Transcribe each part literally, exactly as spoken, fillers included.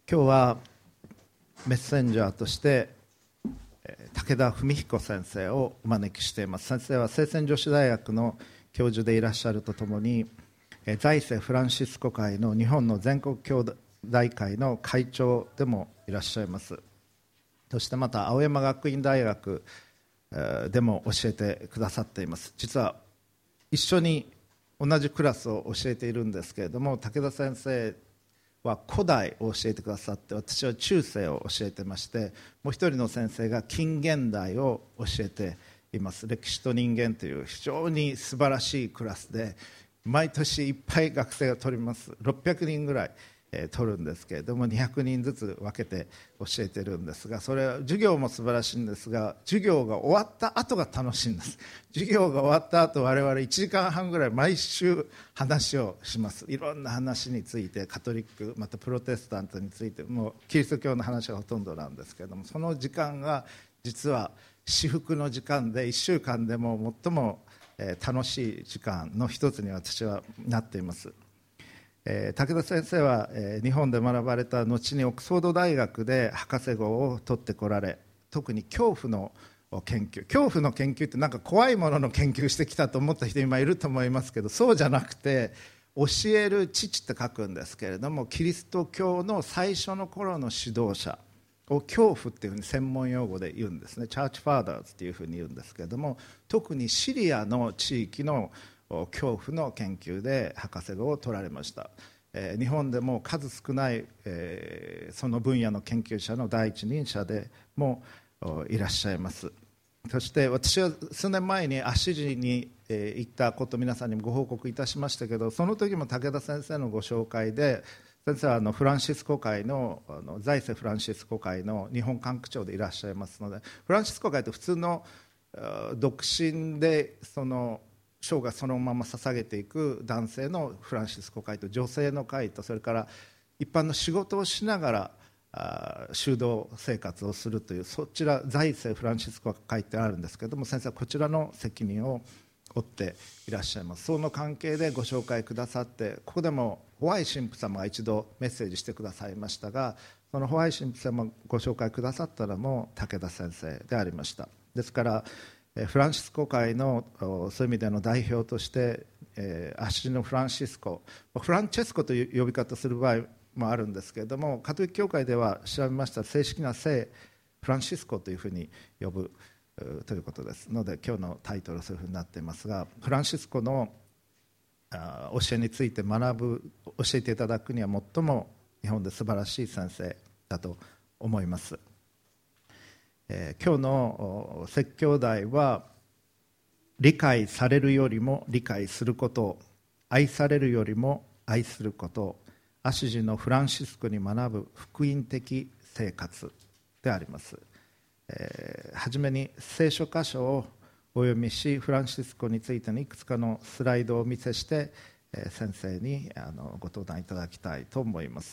今日はメッセンジャーとして武田文彦先生をお招きしています。先生は聖仙女子大学の教授でいらっしゃるとともに、在世フランシスコ会の日本の全国兄弟会の会長でもいらっしゃいます。そしてまた青山学院大学でも教えてくださっています。実は一緒に同じクラスを教えているんですけれども、武田先生は古代を教えてくださって、私は中世を教えてまして、もう一人の先生が近現代を教えています。歴史と人間という非常に素晴らしいクラスで、毎年いっぱい学生が取ります。ろっぴゃくにんぐらい取るんですけれども、にひゃくにんずつ分けて教えてるんですが、それは授業も素晴らしいんですが、授業が終わった後が楽しいんです。授業が終わった後、我々いちじかんはんぐらい毎週話をします。いろんな話について、カトリックまたプロテスタントについて、もうキリスト教の話がほとんどなんですけれども、その時間が実は至福の時間で、いっしゅうかんでも最も楽しい時間の一つに私はなっています。武田先生は日本で学ばれた後にオックスフォード大学で博士号を取ってこられ、特に恐怖の研究、恐怖の研究ってなんか怖いものの研究してきたと思った人今いると思いますけど、そうじゃなくて、教える父って書くんですけれども、キリスト教の最初の頃の指導者を恐怖っていうふうに専門用語で言うんですね。チャーチファーダーズっていうふうに言うんですけれども、特にシリアの地域の恐怖の研究で博士号を取られました。えー、日本でも数少ない、えー、その分野の研究者の第一人者でもいらっしゃいます。そして私は数年前にアシジに、えー、行ったこと皆さんにもご報告いたしましたけど、その時も武田先生のご紹介で、先生はあのフランシスコ会 の, あの在世フランシスコ会の日本管区長でいらっしゃいますので、フランシスコ会って普通の独身でその生涯そのまま捧げていく男性のフランシスコ会と、女性の会と、それから一般の仕事をしながらあ修道生活をするという、そちら在世フランシスコ会ってあるんですけれども、先生はこちらの責任を負っていらっしゃいます。その関係でご紹介くださって、ここでもホワイ神父様が一度メッセージしてくださいましたが、そのホワイ神父様がご紹介くださったのも武田先生でありました。ですからフランシスコ会のそういう意味での代表として、えー、アシジのフランシスコ、フランチェスコという呼び方する場合もあるんですけれども、カトリック教会では調べましたら正式な聖フランシスコというふうに呼ぶということですので、今日のタイトルはそういうふうになっていますが、フランシスコのあ教えについて学ぶ教えていただくには最も日本で素晴らしい先生だと思います。えー、今日の説教題は、理解されるよりも理解することを、愛されるよりも愛することを、アシジのフランシスコに学ぶ福音的生活であります。えー、はじめに聖書箇所をお読みし、フランシスコについてのいくつかのスライドをお見せして、えー、先生にあのご登壇いただきたいと思います。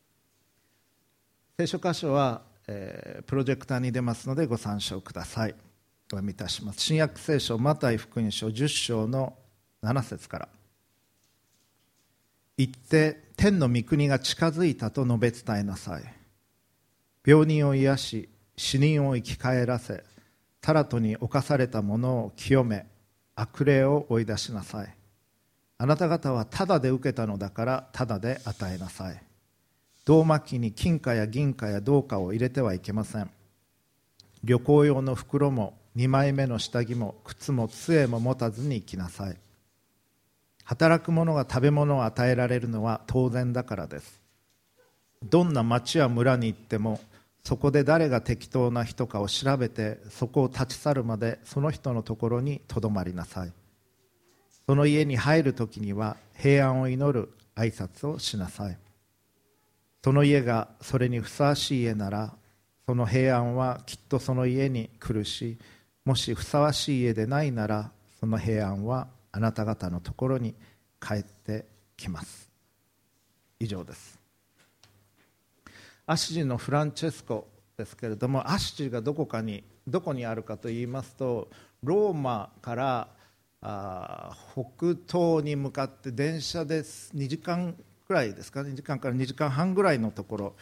聖書箇所はえー、プロジェクターに出ますのでご参照ください。お読みいたします。新約聖書マタイ福音書じゅっ章のなな節から。行って天の御国が近づいたと述べ伝えなさい。病人を癒し、死人を生き返らせ、タラトに侵された者を清め、悪霊を追い出しなさい。あなた方はただで受けたのだからただで与えなさい。胴巻きに金貨や銀貨や銅貨を入れてはいけません。旅行用の袋もにまいめの下着も靴も杖も持たずに行きなさい。働く者が食べ物を与えられるのは当然だからです。どんな町や村に行っても、そこで誰が適当な人かを調べて、そこを立ち去るまでその人のところにとどまりなさい。その家に入るときには平安を祈る挨拶をしなさい。その家がそれにふさわしい家なら、その平安はきっとその家に来るし、もしふさわしい家でないなら、その平安はあなた方のところに帰ってきます。以上です。アシジのフランチェスコですけれども、アシジがどこかにどこにあるかといいますと、ローマからあ北東に向かって電車でにじかんくらいですか、にじかんからにじかんはんぐらいのところ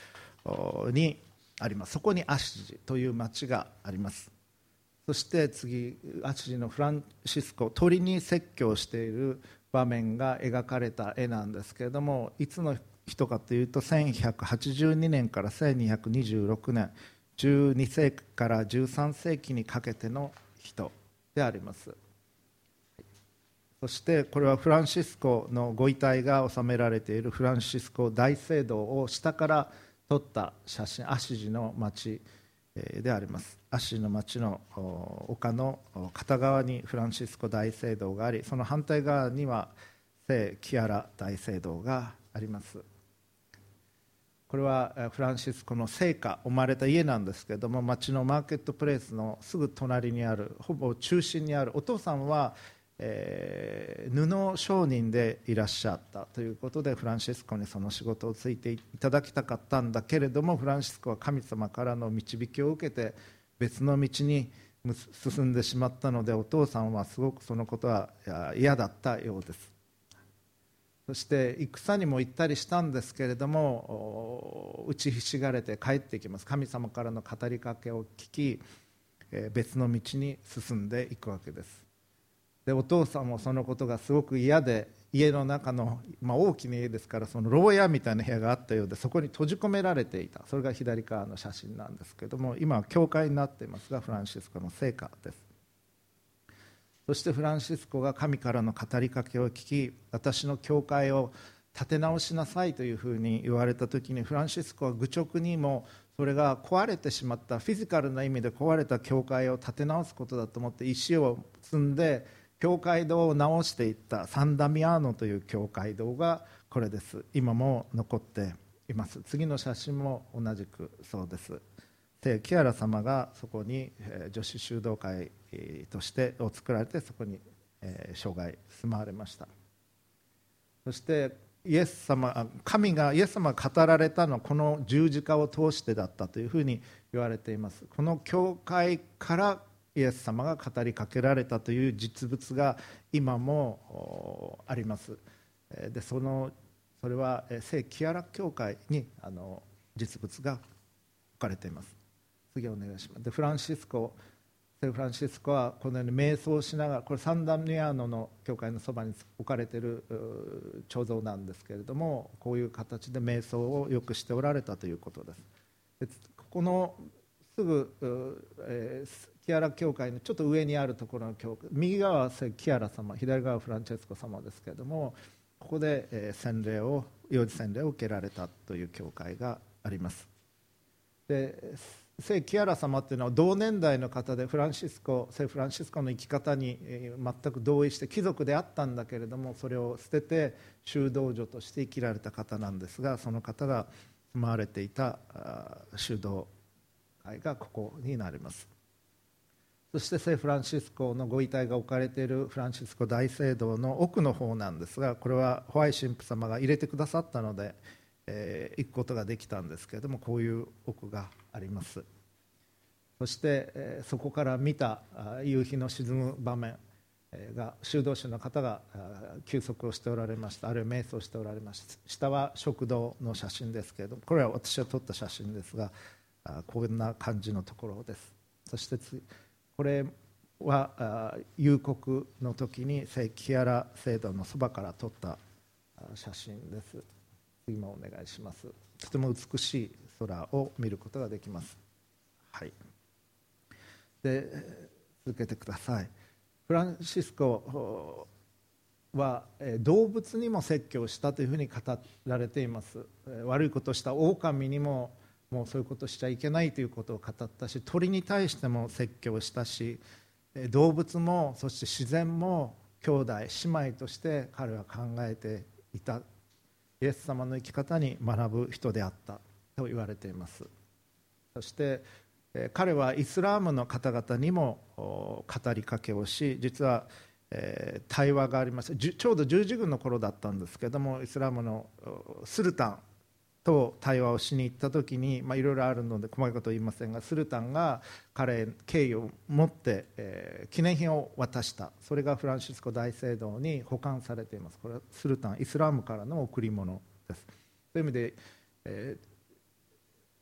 にあります。そこにアシジという町があります。そして次、アシジのフランシスコ、鳥に説教している場面が描かれた絵なんですけれども、いつの人かというとせんひゃくはちじゅうにねんからせんにひゃくにじゅうろくねん、じゅうに世紀からじゅうさん世紀にかけての人であります。そしてこれはフランシスコのご遺体が収められているフランシスコ大聖堂を下から撮った写真、アシジの町であります。アシジの町の丘の片側にフランシスコ大聖堂があり、その反対側には聖キアラ大聖堂があります。これはフランシスコの聖家、生まれた家なんですけれども、町のマーケットプレイスのすぐ隣にある、ほぼ中心にある、お父さんは、えー、布商人でいらっしゃったということで、フランシスコにその仕事をついていただきたかったんだけれども、フランシスコは神様からの導きを受けて別の道に進んでしまったので、お父さんはすごくそのことは嫌だったようです。そして戦にも行ったりしたんですけれども、打ちひしがれて帰ってきます。神様からの語りかけを聞き、別の道に進んでいくわけです。で、お父さんもそのことがすごく嫌で、家の中の、まあ、大きな家ですから、その牢屋みたいな部屋があったようで、そこに閉じ込められていた。それが左側の写真なんですけれども、今は教会になっていますが、フランシスコの聖家です。そしてフランシスコが神からの語りかけを聞き、私の教会を立て直しなさいというふうに言われた時に、フランシスコは愚直にもそれが壊れてしまった、フィジカルな意味で壊れた教会を立て直すことだと思って石を積んで教会堂を直していったサンダミアーノという教会堂がこれです。今も残っています。次の写真も同じくそうです。聖キアラ様がそこに女子修道会としてを作られて、そこに生涯住まわれました。そしてイエス様、神がイエス様が語られたのはこの十字架を通してだったというふうに言われています。この教会からイエス様が語りかけられたという実物が今もあります。で、そのそれは聖キアラ教会にあの実物が置かれています。次お願いします。で、フランシスコ聖フランシスコはこのように瞑想しながら、これサンダミアーノの教会のそばに置かれている彫像なんですけれども、こういう形で瞑想をよくしておられたということです。で、ここのすぐ、えー、キアラ教会のちょっと上にあるところの教会、右側は聖キアラ様、左側はフランチェスコ様ですけれども、ここで、えー、洗礼を幼児洗礼を受けられたという教会があります。で、聖キアラ様というのは同年代の方で、フランシスコ聖フランシスコの生き方に全く同意して、貴族であったんだけれどもそれを捨てて修道女として生きられた方なんですが、その方が住まわれていた修道会がここになります。そして聖フランシスコのご遺体が置かれているフランシスコ大聖堂の奥の方なんですが、これはホワイ神父様が入れてくださったのでえー、行くことができたんですけれども、こういう奥があります。そして、えー、そこから見た夕日の沈む場面が、修道士の方が休息をしておられました。あるいは瞑想しておられました。下は食堂の写真ですけれども、これは私が撮った写真ですが、こんな感じのところです。そして次、これは夕刻の時に聖キアラ聖堂のそばから撮った写真です。次もお願いします。とても美しい空を見ることができます。はい。で、続けてください。フランシスコは動物にも説教したというふうに語られています。悪いことをした狼にももうそういうことをしちゃいけないということを語ったし、鳥に対しても説教したし、動物もそして自然も兄弟姉妹として彼は考えていた。イエス様の生き方に学ぶ人であったと言われています。そして彼はイスラームの方々にも語りかけをし、実は対話がありました。ちょうど十字軍の頃だったんですけれども、イスラームのスルタンと対話をしに行った時に、まあ、いろいろあるので細かいことは言いませんが、スルタンが彼へ敬意を持って、えー、記念品を渡した。それがフランシスコ大聖堂に保管されています。これはスルタン、イスラムからの贈り物です。という意味で、えー、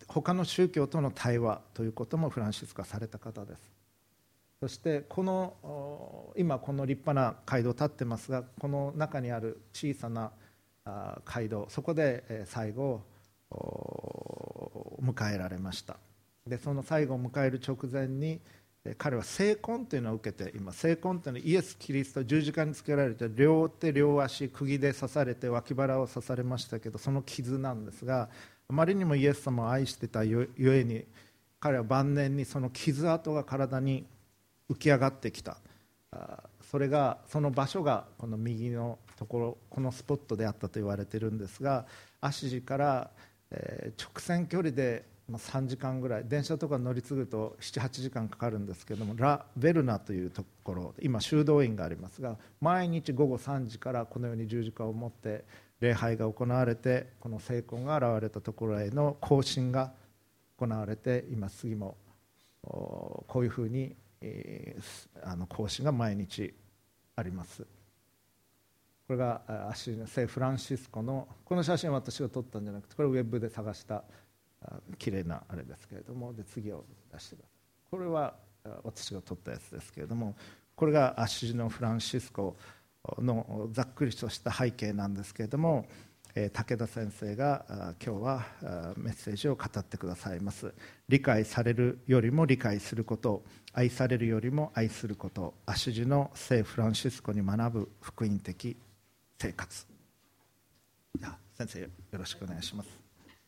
他の宗教との対話ということもフランシスコはされた方です。そしてこの今この立派な街道立ってますが、この中にある小さな街道、そこで最後を迎えられました。でその最後を迎える直前に彼は聖婚というのを受けて、今聖婚というのはイエス・キリスト十字架につけられて両手両足釘で刺されて脇腹を刺されましたけど、その傷なんですが、あまりにもイエス様を愛してたゆえに彼は晩年にその傷跡が体に浮き上がってきた。それがその場所がこの右のところ、このスポットであったと言われているんですが、アシジから直線距離でさんじかんぐらい、電車とか乗り継ぐとななはちじかんかかるんですけども、ラ・ベルナというところ、今修道院がありますが、毎日午後さんじからこのように十字架を持って礼拝が行われて、この聖婚が現れたところへの行進が行われて、今次もこういうふうにあの行進が毎日あります。これが聖フランシスコの、この写真は私が撮ったんじゃなくて、これウェブで探した綺麗なあれですけれども、で次を出してください。これは私が撮ったやつですけれども、これがアッシジのフランシスコのざっくりとした背景なんですけれども、武田先生が今日はメッセージを語ってくださいます。理解されるよりも理解すること、愛されるよりも愛すること、アッシジの聖フランシスコに学ぶ福音的生活。じゃあ先生、よろしくお願いします。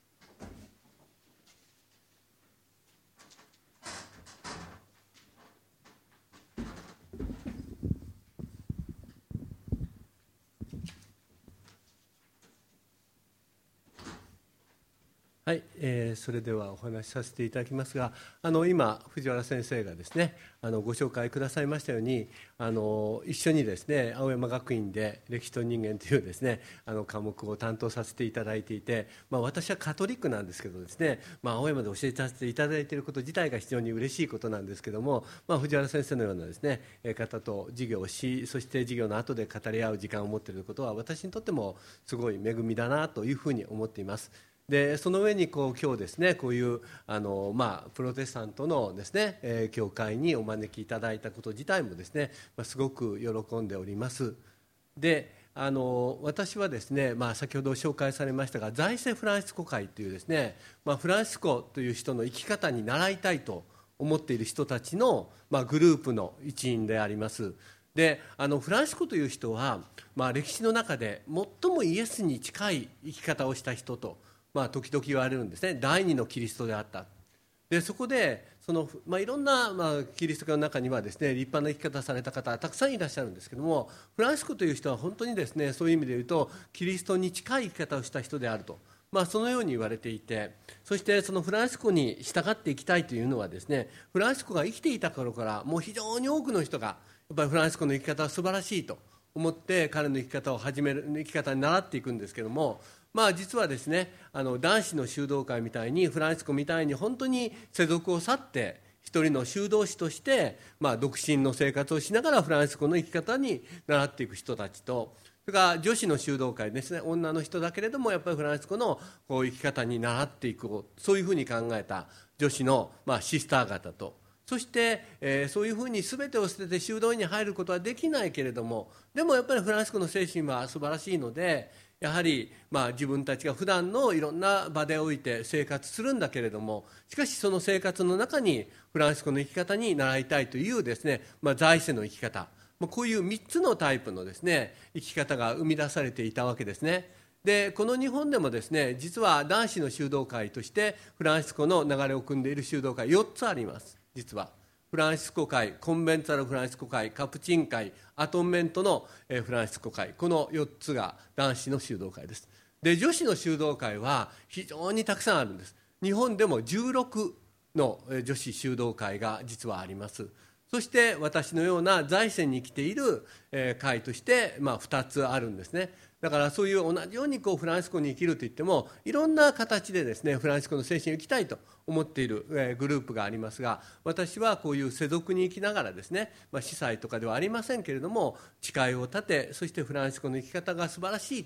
はい、えー、それではお話しさせていただきますが、あの今藤原先生がですね、あのご紹介くださいましたように、あの一緒にですね青山学院で歴史と人間というですねあの科目を担当させていただいていて、まあ、私はカトリックなんですけどですね、まあ、青山で教えさせていただいていること自体が非常に嬉しいことなんですけども、まあ、藤原先生のようなですね方と授業をし、そして授業の後で語り合う時間を持っていることは私にとってもすごい恵みだなというふうに思っています。でその上にこう今日ですね、こういうあの、まあ、プロテスタントのですね、えー、教会にお招きいただいたこと自体もですね、まあ、すごく喜んでおります。であの私はですね、まあ、先ほど紹介されましたが、在世フランシスコ会というですね、まあ、フランシスコという人の生き方に習いたいと思っている人たちの、まあ、グループの一員であります。であのフランシスコという人は、まあ、歴史の中で最もイエスに近い生き方をした人と、まあ、時々言われるんですね。第二のキリストであった。でそこでその、まあ、いろんな、まあ、キリスト教の中にはですね立派な生き方された方たくさんいらっしゃるんですけども、フランシスコという人は本当にですねそういう意味で言うとキリストに近い生き方をした人であると、まあ、そのように言われていて、そしてそのフランシスコに従っていきたいというのはですね、フランシスコが生きていた頃からもう非常に多くの人がやっぱりフランシスコの生き方は素晴らしいと思って彼の生き方を始める生き方に習っていくんですけども、まあ、実はですねあの男子の修道会みたいにフランシスコみたいに本当に世俗を去って一人の修道士として、まあ、独身の生活をしながらフランシスコの生き方に習っていく人たちと、それから女子の修道会ですね、女の人だけれどもやっぱりフランシスコのこう生き方に習っていく、そういうふうに考えた女子の、まあ、シスター方と、そして、えー、そういうふうに全てを捨てて修道院に入ることはできないけれども、でもやっぱりフランシスコの精神は素晴らしいので、やはり、まあ、自分たちが普段のいろんな場でおいて生活するんだけれども、しかしその生活の中にフランシスコの生き方に習いたいというですね、まあ、在世の生き方、まあ、こういうみっつのタイプのですね生き方が生み出されていたわけですね。でこの日本でもですね実は男子の修道会としてフランシスコの流れを組んでいる修道会よっつあります。実はフランシスコ会、コンベンツァルフランシスコ会、カプチン会、アトンメントのフランシスコ会、このよっつが男子の修道会です。で女子の修道会は非常にたくさんあるんです。日本でもじゅうろくの女子修道会が実はあります。そして私のような在世に生きている会として、まあ、ふたつあるんですね。だからそういう同じようにこうフランシスコに生きるといってもいろんな形でですねフランシスコの精神を生きたいと思っているグループがありますが、私はこういう世俗に生きながらですね、まあ、司祭とかではありませんけれども誓いを立て、そしてフランシスコの生き方が素晴らしい、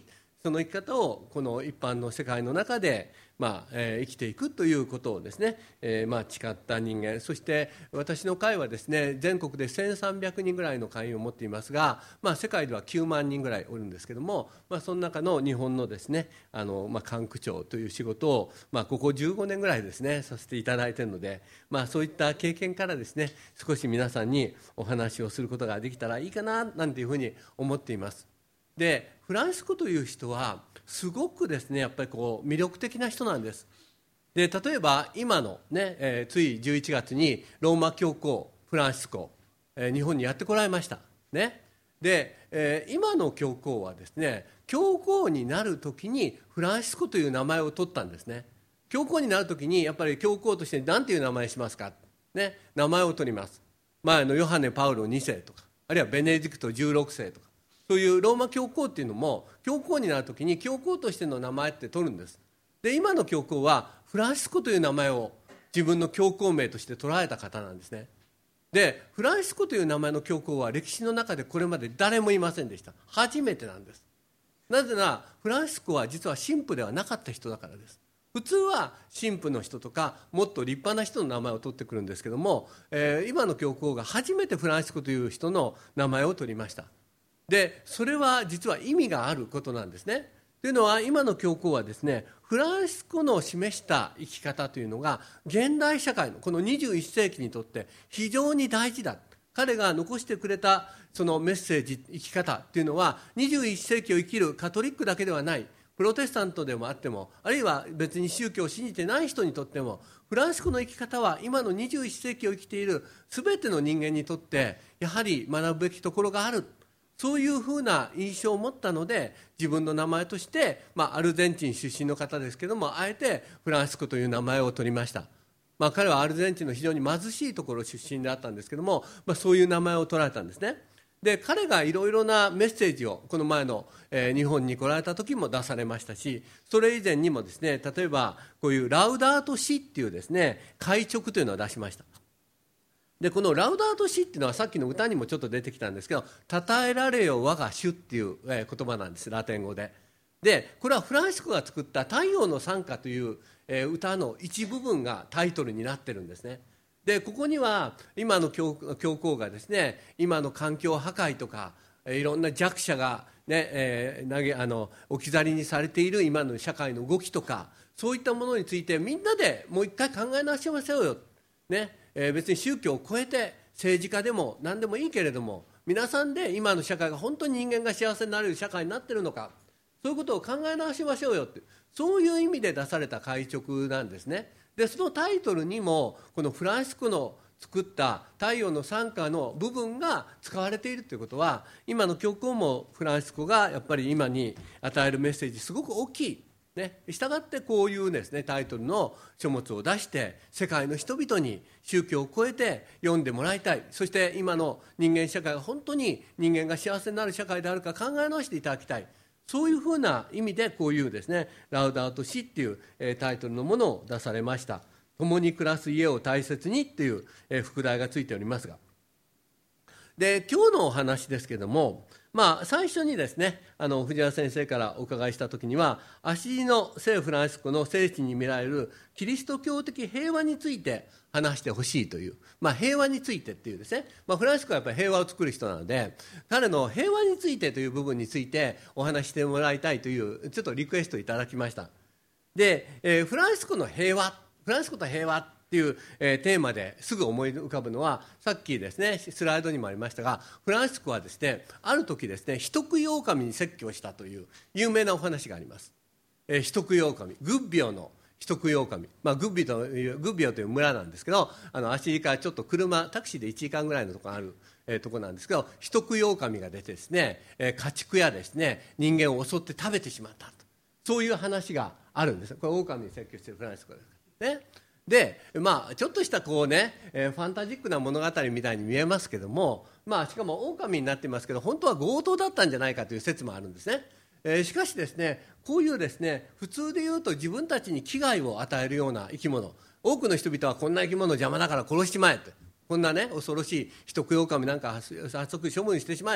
その生き方をこの一般の世界の中で、まあえー、生きていくということをですね、えーまあ、誓った人間、そして私の会はですね、全国でせんさんびゃくにんぐらいの会員を持っていますが、まあ、世界ではきゅうまんにんぐらいおるんですけども、まあ、その中の日本のですね、あの、まあ、管区長という仕事を、まあ、ここじゅうごねんぐらいですね、させていただいているので、まあ、そういった経験からですね、少し皆さんにお話をすることができたらいいかななんていうふうに思っています。で、フランシスコという人はすごくですね、やっぱりこう魅力的な人なんです。で、例えば今のね、えー、ついじゅういちがつにローマ教皇フランシスコ、えー、日本にやってこられましたね。で、えー、今の教皇はですね、教皇になるときにフランシスコという名前を取ったんですね。教皇になるときにやっぱり教皇として何ていう名前しますか、ね、名前を取ります。前のヨハネ・パウロにせいとか、あるいはベネディクトじゅうろくせいとか、そういうローマ教皇っていうのも教皇になるときに教皇としての名前って取るんです。で、今の教皇はフランシスコという名前を自分の教皇名として捉えた方なんですね。で、フランシスコという名前の教皇は歴史の中でこれまで誰もいませんでした。初めてなんです。なぜならフランシスコは実は神父ではなかった人だからです。普通は神父の人とかもっと立派な人の名前を取ってくるんですけども、えー、今の教皇が初めてフランシスコという人の名前を取りました。で、それは実は意味があることなんですね。というのは、今の教皇はですね、フランシスコの示した生き方というのが現代社会のこのにじゅういっせいきにとって非常に大事だ。彼が残してくれたそのメッセージ、生き方というのはにじゅういっせいきを生きるカトリックだけではない、プロテスタントでもあっても、あるいは別に宗教を信じてない人にとっても、フランシスコの生き方は今のにじゅういっせいきを生きている全ての人間にとってやはり学ぶべきところがある。そういうふうな印象を持ったので、自分の名前として、まあ、アルゼンチン出身の方ですけども、あえてフランシスコという名前を取りました。まあ、彼はアルゼンチンの非常に貧しいところ出身であったんですけども、まあ、そういう名前を取られたんですね。で、彼がいろいろなメッセージをこの前の、えー、日本に来られた時も出されましたし、それ以前にもですね、例えばこういうラウダートシっていうですね、会勅というのを出しました。で、このラウダートシっていうのはさっきの歌にもちょっと出てきたんですけど、称えられよ我が主っていう、えー、言葉なんです、ラテン語で。で、これはフランシスコが作った太陽の賛歌という、えー、歌の一部分がタイトルになってるんですね。で、ここには今の 教, 教皇がですね、今の環境破壊とか、えー、いろんな弱者が、ねえー、投げあの置き去りにされている今の社会の動きとか、そういったものについてみんなでもう一回考え直しましょうよ、ねえー、別に宗教を超えて政治家でも何でもいいけれども、皆さんで今の社会が本当に人間が幸せになれる社会になっているのか、そういうことを考え直しましょうよって、そういう意味で出された会勅なんですね。で、そのタイトルにもこのフランシスコの作った太陽の賛歌の部分が使われているということは、今の教皇もフランシスコがやっぱり今に与えるメッセージすごく大きい、ね、したがってこういうですね、タイトルの書物を出して世界の人々に宗教を超えて読んでもらいたい。そして今の人間社会が本当に人間が幸せになる社会であるか考え直していただきたい。そういうふうな意味でこういうですね、ラウダートシっていう、えー、タイトルのものを出されました。共に暮らす家を大切にっていう、えー、副題がついておりますが、で、今日のお話ですけども、まあ、最初にですね、あの藤原先生からお伺いしたときには、足の聖フランシスコの聖地に見られるキリスト教的平和について話してほしいという、まあ、平和についてっていうですね、まあ、フランシスコはやっぱり平和を作る人なので、彼の平和についてという部分についてお話してもらいたいというちょっとリクエストをいただきました。で、えー、フランシスコの平和、フランシスコと平和っていう、えー、テーマですぐ思い浮かぶのは、さっきですねスライドにもありましたが、フランシスコはですね、ある時ですね、人食い狼に説教したという有名なお話があります。えー、人食い狼、グッビオの人食い狼、まあ、グッビというグッビオという村なんですけど、あの足からちょっと車タクシーでいちじかんぐらいのところある、えー、ところなんですけど、人食い狼が出てですね、えー、家畜やですね人間を襲って食べてしまったと、そういう話があるんです。これ狼に説教しているフランシスコですね。で、まあ、ちょっとしたこうね、えー、ファンタジックな物語みたいに見えますけども、まあ、しかも狼になってますけど、本当は強盗だったんじゃないかという説もあるんですね。えー、しかしですね、こういうですね、普通で言うと自分たちに危害を与えるような生き物、多くの人々はこんな生き物邪魔だから殺しちまえって、こんなね恐ろしい人食い狼なんか早速処分してしまえと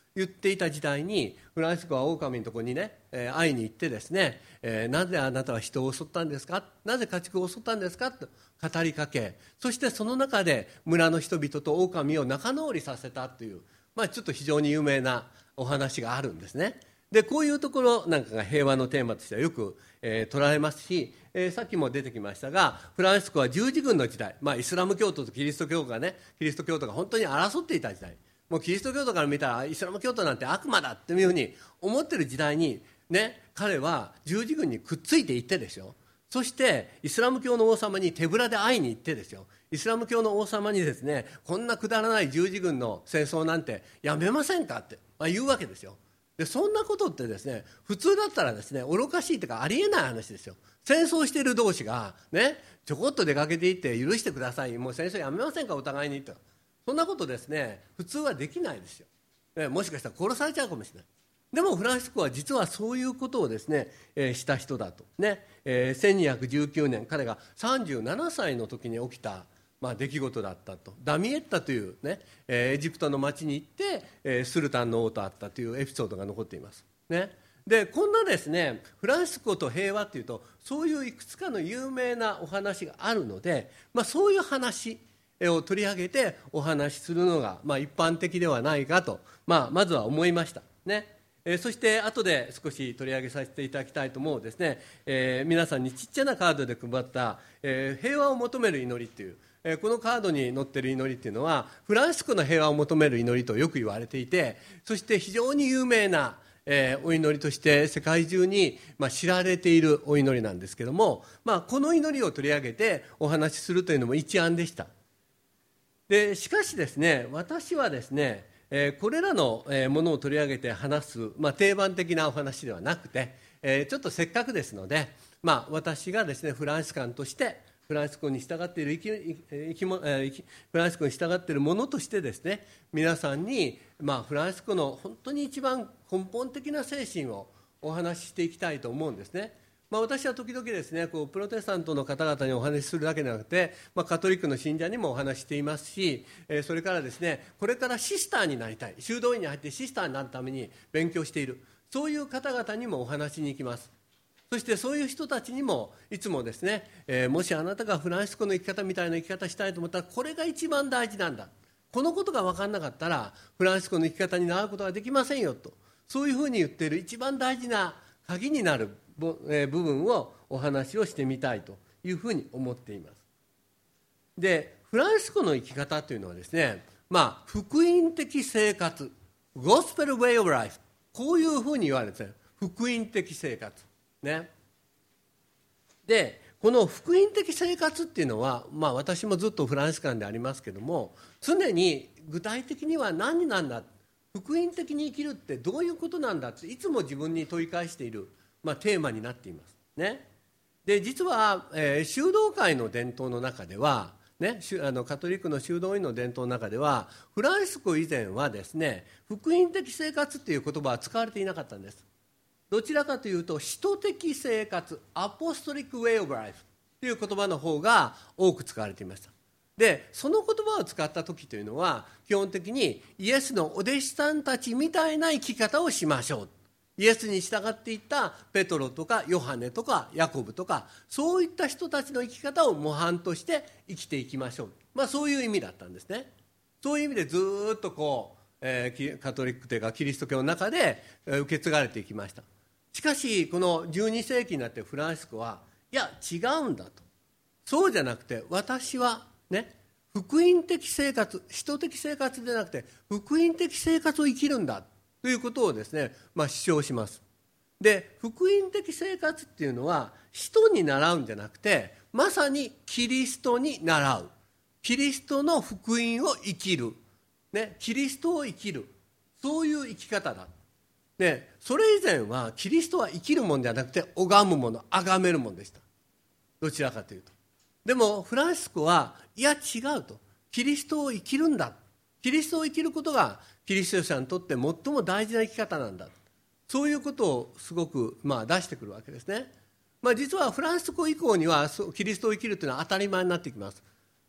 言っていた時代に、フランシスコは狼のところにね、えー、会いに行ってですね、えー、なぜあなたは人を襲ったんですか、なぜ家畜を襲ったんですかと語りかけ、そしてその中で村の人々と狼を仲直りさせたという、まあ、ちょっと非常に有名なお話があるんですね。でこういうところなんかが平和のテーマとしてはよく、えー、取られますし、えー、さっきも出てきましたが、フランシスコは十字軍の時代、まあ、イスラム教徒とキリスト教がね、キリスト教徒が本当に争っていた時代、もうキリスト教徒から見たらイスラム教徒なんて悪魔だっていうふうに思ってる時代に、ね、彼は十字軍にくっついていってですよ、そしてイスラム教の王様に手ぶらで会いに行ってですよ、イスラム教の王様にですね、こんなくだらない十字軍の戦争なんてやめませんかって、まあ、言うわけですよ。でそんなことってですね、普通だったらですね、愚かしいというかありえない話ですよ。戦争している同士がね、ちょこっと出かけていって許してください、もう戦争やめませんかお互いにと、そんなことですね、普通はできないですよ、ね、もしかしたら殺されちゃうかもしれない。でもフランシスコは実はそういうことをですね、えー、した人だとね、えー、せんにひゃくじゅうきゅうねん、彼がさんじゅうななさいの時に起きた、まあ、出来事だったと。ダミエッタという、ね、えー、エジプトの町に行って、えー、スルタンの王と会ったというエピソードが残っています、ね、でこんなですね、フランシスコと平和というと、そういういくつかの有名なお話があるので、まあ、そういう話を取り上げてお話しするのが、まあ、一般的ではないかと、まあ、まずは思いました、ね。えー、そして後で少し取り上げさせていただきたいと思うですね、えー、皆さんにちっちゃなカードで配った、えー、平和を求める祈りっていう、えー、このカードに載っている祈りっていうのは、フランシスコの平和を求める祈りとよく言われていて、そして非常に有名な、えー、お祈りとして世界中に、まあ、知られているお祈りなんですけども、まあ、この祈りを取り上げてお話しするというのも一案でした。でしかしですね、私はですね、えー、これらのものを取り上げて話す、まあ、定番的なお話ではなくて、えー、ちょっとせっかくですので、まあ、私がですね、フランシスカンとしてフランシスコに従っている生き生きも、えー、フランシスコに従っているものとしてですね、皆さんに、まあ、フランシスコの本当に一番根本的な精神をお話ししていきたいと思うんですね。まあ、私は時々ですね、こうプロテスタントの方々にお話しするだけでなくて、まあ、カトリックの信者にもお話ししていますし、えー、それからですね、これからシスターになりたい、修道院に入ってシスターになるために勉強している、そういう方々にもお話しに行きます。そしてそういう人たちにもいつもですね、えー、もしあなたがフランシスコの生き方みたいな生き方したいと思ったら、これが一番大事なんだ、このことが分からなかったらフランシスコの生き方に習うことができませんよと、そういうふうに言っている一番大事な鍵になる部分をお話をしてみたいというふうに思っています。でフランシスコの生き方というのはですね、まあ、福音的生活、ゴスペルウェイオブライフ、こういうふうに言われている、福音的生活、ね、でこの福音的生活っていうのは、まあ、私もずっとフランシスカンでありますけども、常に具体的には何なんだ、福音的に生きるってどういうことなんだっていつも自分に問い返している、まあ、テーマになっています、ね。で実は、えー、修道会の伝統の中では、ね、あのカトリックの修道院の伝統の中では、フランシスコ以前はですね、福音的生活という言葉は使われていなかったんです。どちらかというと使徒的生活、アポストリックウェイオブライフという言葉の方が多く使われていました。でその言葉を使った時というのは、基本的にイエスのお弟子さんたちみたいな生き方をしましょう、イエスに従っていったペトロとかヨハネとかヤコブとか、そういった人たちの生き方を模範として生きていきましょう、まあ、そういう意味だったんですね。そういう意味でずっとこう、えー、カトリックというかキリスト教の中で受け継がれていきました。しかしこのじゅうにせいきになってフランシスコは、いや違うんだと、そうじゃなくて私はね、福音的生活、使徒的生活でなくて福音的生活を生きるんだということをですね、まあ、主張します。で福音的生活っていうのは人に習うんじゃなくて、まさにキリストに習う、キリストの福音を生きる、ね、キリストを生きる、そういう生き方だ。でそれ以前はキリストは生きるものではなくて拝むもの、崇めるものでした。どちらかというと。でもフランシスコはいや違うと、キリストを生きるんだ、キリストを生きることがキリスト者にとって最も大事な生き方なんだ、そういうことをすごくまあ出してくるわけですね。まあ、実はフランシスコ以降にはキリストを生きるというのは当たり前になってきます。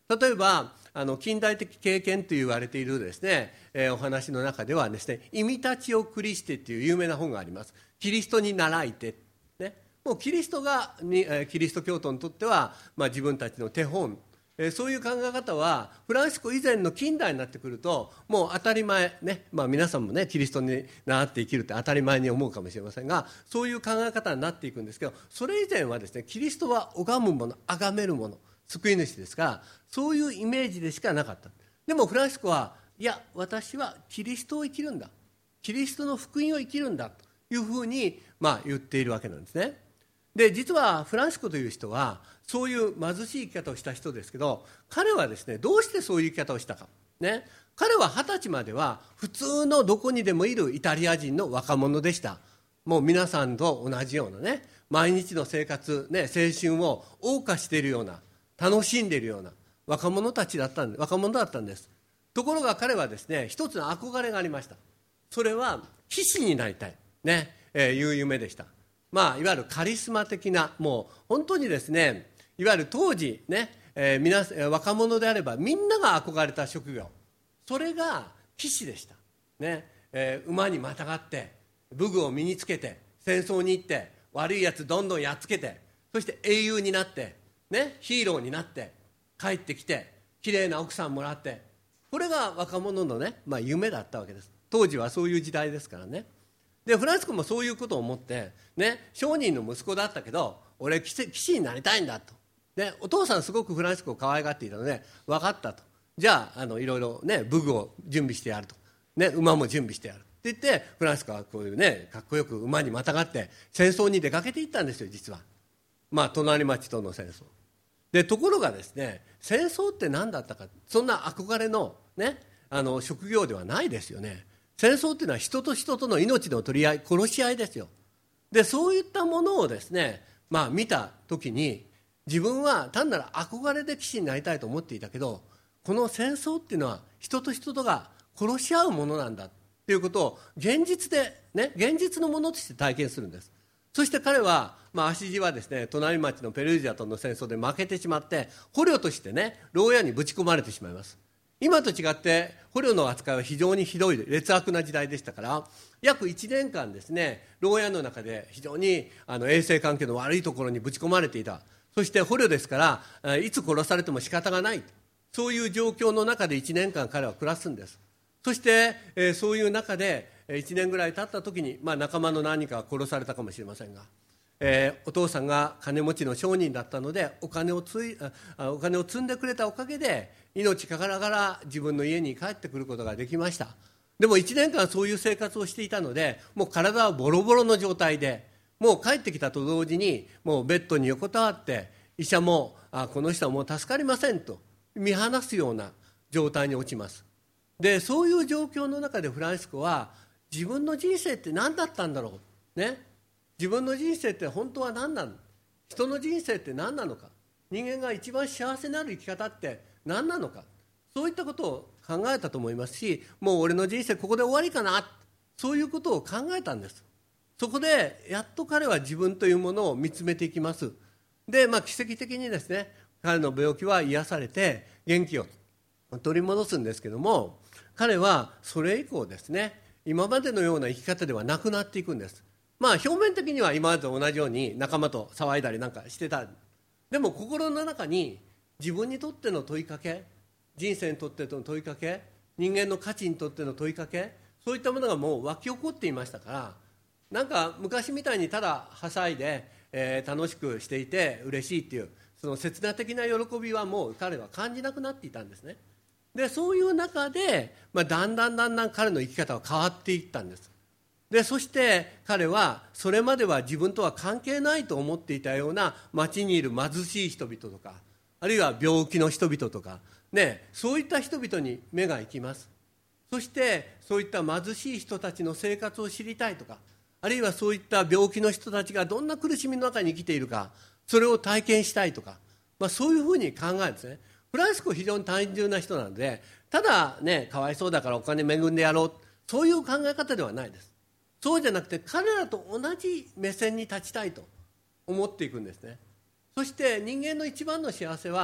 例えばあの近代的経験と言われているですね、えー、お話の中ではですね、イミタチオ・クリステという有名な本があります。キリストに倣いて、ね、もうキリストがに、えー、キリスト教徒にとっては、まあ、自分たちの手本、えー、そういう考え方はフランシスコ以前の近代になってくるともう当たり前、ね、まあ、皆さんもねキリストに倣って生きるって当たり前に思うかもしれませんが、そういう考え方になっていくんですけど、それ以前はですね、キリストは拝むもの、崇めるもの、救い主ですから、そういうイメージでしかなかった。でもフランシスコはいや、私はキリストを生きるんだ、キリストの福音を生きるんだというふうに、まあ、言っているわけなんですね。で実はフランシスコという人はそういう貧しい生き方をした人ですけど、彼はですね、どうしてそういう生き方をしたか、ね、彼は二十歳までは普通のどこにでもいるイタリア人の若者でした。もう皆さんと同じようなね、毎日の生活、ね、青春を謳歌しているような、楽しんでいるような若者たちだったんで若者だったんです。ところが彼はですね、一つの憧れがありました。それは騎士になりたい、ねえー、いう夢でした。まあ、いわゆるカリスマ的な、もう本当にですね、いわゆる当時ね、えー、皆若者であればみんなが憧れた職業、それが騎士でした、ねえー、馬にまたがって武具を身につけて戦争に行って悪いやつどんどんやっつけて、そして英雄になって、ね、ヒーローになって帰ってきてきれいな奥さんもらって、これが若者のね、まあ、夢だったわけです。当時はそういう時代ですからね。でフランシスコもそういうことを思って、ね、商人の息子だったけど俺騎士、騎士になりたいんだと、ね、お父さんすごくフランシスコを可愛がっていたので、分かったと、じゃあ、あのいろいろ、ね、武具を準備してやると、ね、馬も準備してやるって言って、フランシスコはこういうね、かっこよく馬にまたがって戦争に出かけていったんですよ、実は。まあ隣町との戦争で、ところがですね、戦争って何だったか、そんな憧れの、ね、あの職業ではないですよね。戦争っていうのは人と人との命の取り合い、殺し合いですよ。でそういったものをですね、まあ、見た時に自分は単なる憧れで騎士になりたいと思っていたけど、この戦争っていうのは人と人とが殺し合うものなんだということを現実で、ね、現実のものとして体験するんです。そして彼は、まあ、足地はですね、隣町のペルージャとの戦争で負けてしまって捕虜としてね、牢屋にぶち込まれてしまいます。今と違って捕虜の扱いは非常にひどい劣悪な時代でしたから、約いちねんかんですね、牢屋の中で非常にあの衛生環境の悪いところにぶち込まれていた。そして捕虜ですからいつ殺されても仕方がない、そういう状況の中でいちねんかん彼は暮らすんです。そして、えー、そういう中でいちねんぐらい経った時に、まあ、仲間の何かが殺されたかもしれませんが、えー、お父さんが金持ちの商人だったのでお金をついあお金を積んでくれたおかげで命からがら自分の家に帰ってくることができました。でもいちねんかんそういう生活をしていたので、もう体はボロボロの状態で、もう帰ってきたと同時にもうベッドに横たわって医者もあこの人はもう助かりませんと見放すような状態に落ちます。でそういう状況の中でフランシスコは自分の人生って何だったんだろう、ね、自分の人生って本当は何なの、人の人生って何なのか、人間が一番幸せになる生き方って何なのか、そういったことを考えたと思いますし、もう俺の人生ここで終わりかな、そういうことを考えたんです。そこでやっと彼は自分というものを見つめていきます。で、まあ、奇跡的にですね、彼の病気は癒されて元気を取り戻すんですけども、彼はそれ以降ですね、今までのような生き方ではなくなっていくんです。まあ表面的には今までと同じように仲間と騒いだりなんかしてた。でも心の中に自分にとっての問いかけ、人生にとっての問いかけ、人間の価値にとっての問いかけ、そういったものがもう湧き起こっていましたから、なんか昔みたいにただはしゃいで、えー、楽しくしていて嬉しいっていうその切な的な喜びはもう彼は感じなくなっていたんですね。でそういう中で、まあ、だんだんだんだん彼の生き方は変わっていったんです。でそして彼はそれまでは自分とは関係ないと思っていたような町にいる貧しい人々とか、あるいは病気の人々とか、ね、そういった人々に目が行きます。そしてそういった貧しい人たちの生活を知りたいとか、あるいはそういった病気の人たちがどんな苦しみの中に生きているか、それを体験したいとか、まあ、そういうふうに考えるんですね。フランシスコは非常に単純な人なので、ただね、かわいそうだからお金恵んでやろう、そういう考え方ではないです。そうじゃなくて彼らと同じ目線に立ちたいと思っていくんですね。そして人間の一番の幸せは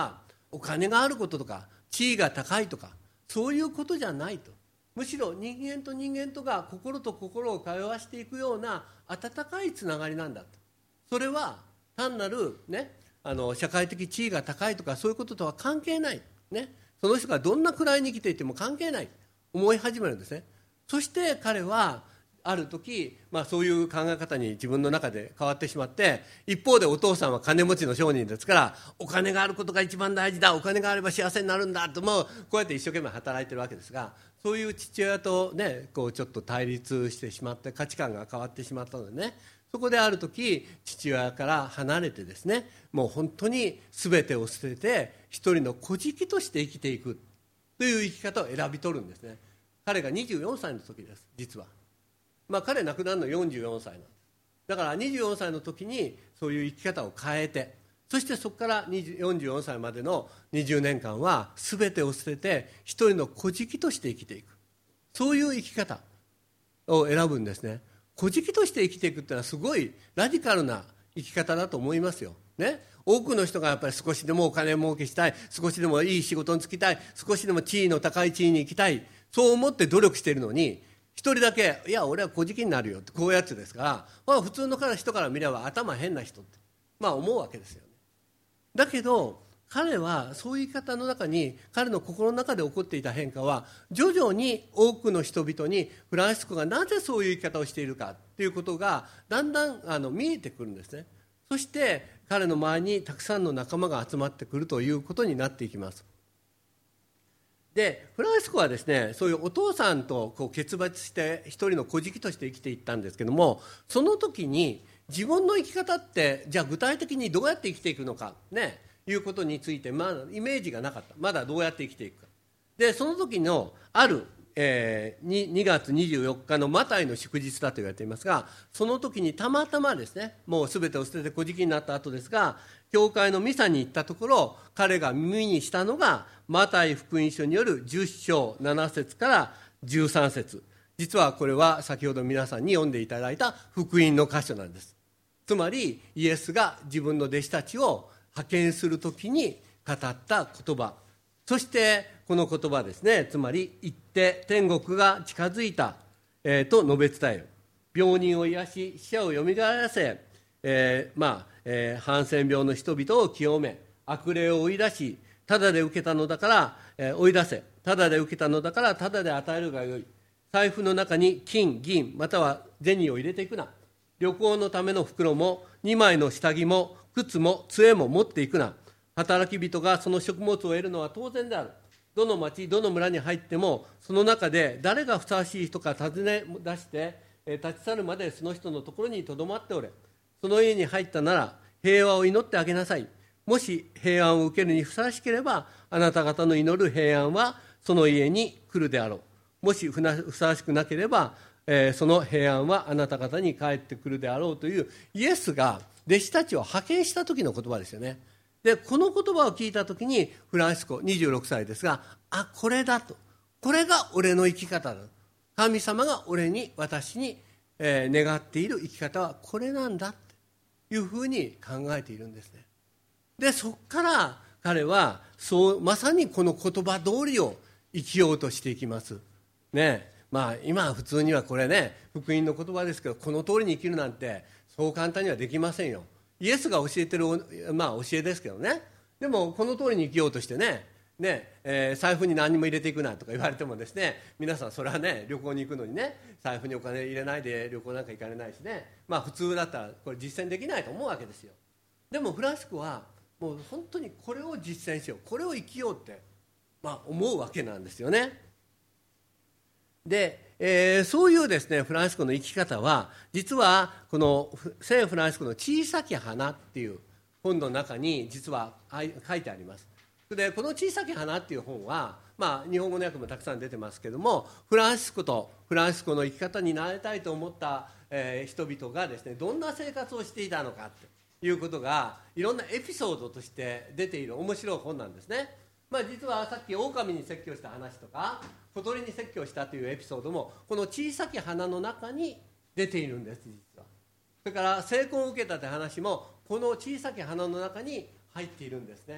お金があることとか地位が高いとかそういうことじゃないと。むしろ人間と人間とが心と心を通わしていくような温かいつながりなんだと。それは単なる、ね、あの社会的地位が高いとかそういうこととは関係ない、ね、その人がどんな位に生きていても関係ない思い始めるんですね。そして彼はある時、まあ、そういう考え方に自分の中で変わってしまって、一方でお父さんは金持ちの商人ですからお金があることが一番大事だ、お金があれば幸せになるんだと、もうこうやって一生懸命働いてるわけですが、そういう父親と、ね、こうちょっと対立してしまって価値観が変わってしまったのでね、そこである時父親から離れてですね、もう本当に全てを捨てて一人の孤児として生きていくという生き方を選び取るんですね。彼がにじゅうよんさいの時です。実はまあ、彼亡くなるのよんじゅうよんさいなんです。だからにじゅうよんさいの時にそういう生き方を変えて、そしてそこからよんじゅうよんさいまでのにじゅうねんかんは全てを捨てて一人の孤児として生きていく、そういう生き方を選ぶんですね。孤児として生きていくっていうのはすごいラディカルな生き方だと思いますよ、ね、多くの人がやっぱり少しでもお金儲けしたい、少しでもいい仕事に就きたい、少しでも地位の高い地位に行きたい、そう思って努力しているのに、一人だけいや俺は孤児になるよってこういうやつですから、まあ、普通の人から見れば頭変な人って、まあ、思うわけですよね。だけど彼はそういう生き方の中に、彼の心の中で起こっていた変化は徐々に多くの人々にフランシスコがなぜそういう生き方をしているかということがだんだんあの見えてくるんですね。そして彼の周りにたくさんの仲間が集まってくるということになっていきます。でフランシスコはですね、そういうお父さんとこう結罰して一人の孤児として生きていったんですけども、その時に自分の生き方ってじゃあ具体的にどうやって生きていくのかね、いうことについてまだイメージがなかった。まだどうやって生きていくか。でその時のある、えー、にがつにじゅうよっかのマタイの祝日だと言われていますが、その時にたまたまですね、もう全てを捨てて孤児になった後ですが、教会のミサに行ったところ、彼が耳にしたのがマタイ福音書によるじゅっしょうななせつからじゅうさんせつ。実はこれは先ほど皆さんに読んでいただいた福音の箇所なんです。つまりイエスが自分の弟子たちを派遣するときに語った言葉、そしてこの言葉ですね、つまり行って天国が近づいた、えー、と述べ伝える。病人を癒し死者をよみがえらせ、えー、まあえー、ハンセン病の人々を清め、悪霊を追い出し、ただで受けたのだから、えー、追い出せ、ただで受けたのだからただで与えるがよい。財布の中に金銀または銭を入れていくな。旅行のための袋もにまいの下着も靴も杖も持っていくな。働き人がその食物を得るのは当然である。どの町どの村に入ってもその中で誰がふさわしい人か尋ね出して、えー、立ち去るまでその人のところにとどまっておれ。その家に入ったなら平和を祈ってあげなさい。もし平安を受けるにふさわしければあなた方の祈る平安はその家に来るであろう。もしふさわしくなければ、えー、その平安はあなた方に帰ってくるであろうというイエスが弟子たちを派遣した時の言葉ですよね。でこの言葉を聞いた時にフランシスコにじゅうろくさいですが、あこれだと、これが俺の生き方だ、神様が俺に私に、えー、願っている生き方はこれなんだいうふうに考えているんですね。でそこから彼はそうまさにこの言葉通りを生きようとしていきますね。まあ今普通にはこれね福音の言葉ですけど、この通りに生きるなんてそう簡単にはできませんよ。イエスが教えてる、まあ、教えですけどね。でもこの通りに生きようとしてねね、えー、財布に何にも入れていくなとか言われてもですね、皆さんそれはね旅行に行くのにね財布にお金入れないで旅行なんか行かれないしね、まあ普通だったらこれ実践できないと思うわけですよ。でもフランシスコはもう本当にこれを実践しよう、これを生きようって、まあ、思うわけなんですよね。で、えー、そういうですねフランシスコの生き方は実はこの聖フランシスコの小さき花っていう本の中に実は書いてあります。でこの小さき花っていう本は、まあ、日本語の訳もたくさん出てますけども、フランシスコとフランシスコの生き方になりたいと思った、えー、人々がですねどんな生活をしていたのかっていうことがいろんなエピソードとして出ている面白い本なんですね。まあ、実はさっき狼に説教した話とか小鳥に説教したというエピソードもこの小さき花の中に出ているんです。実はそれから成婚を受けたという話もこの小さき花の中に入っているんですね。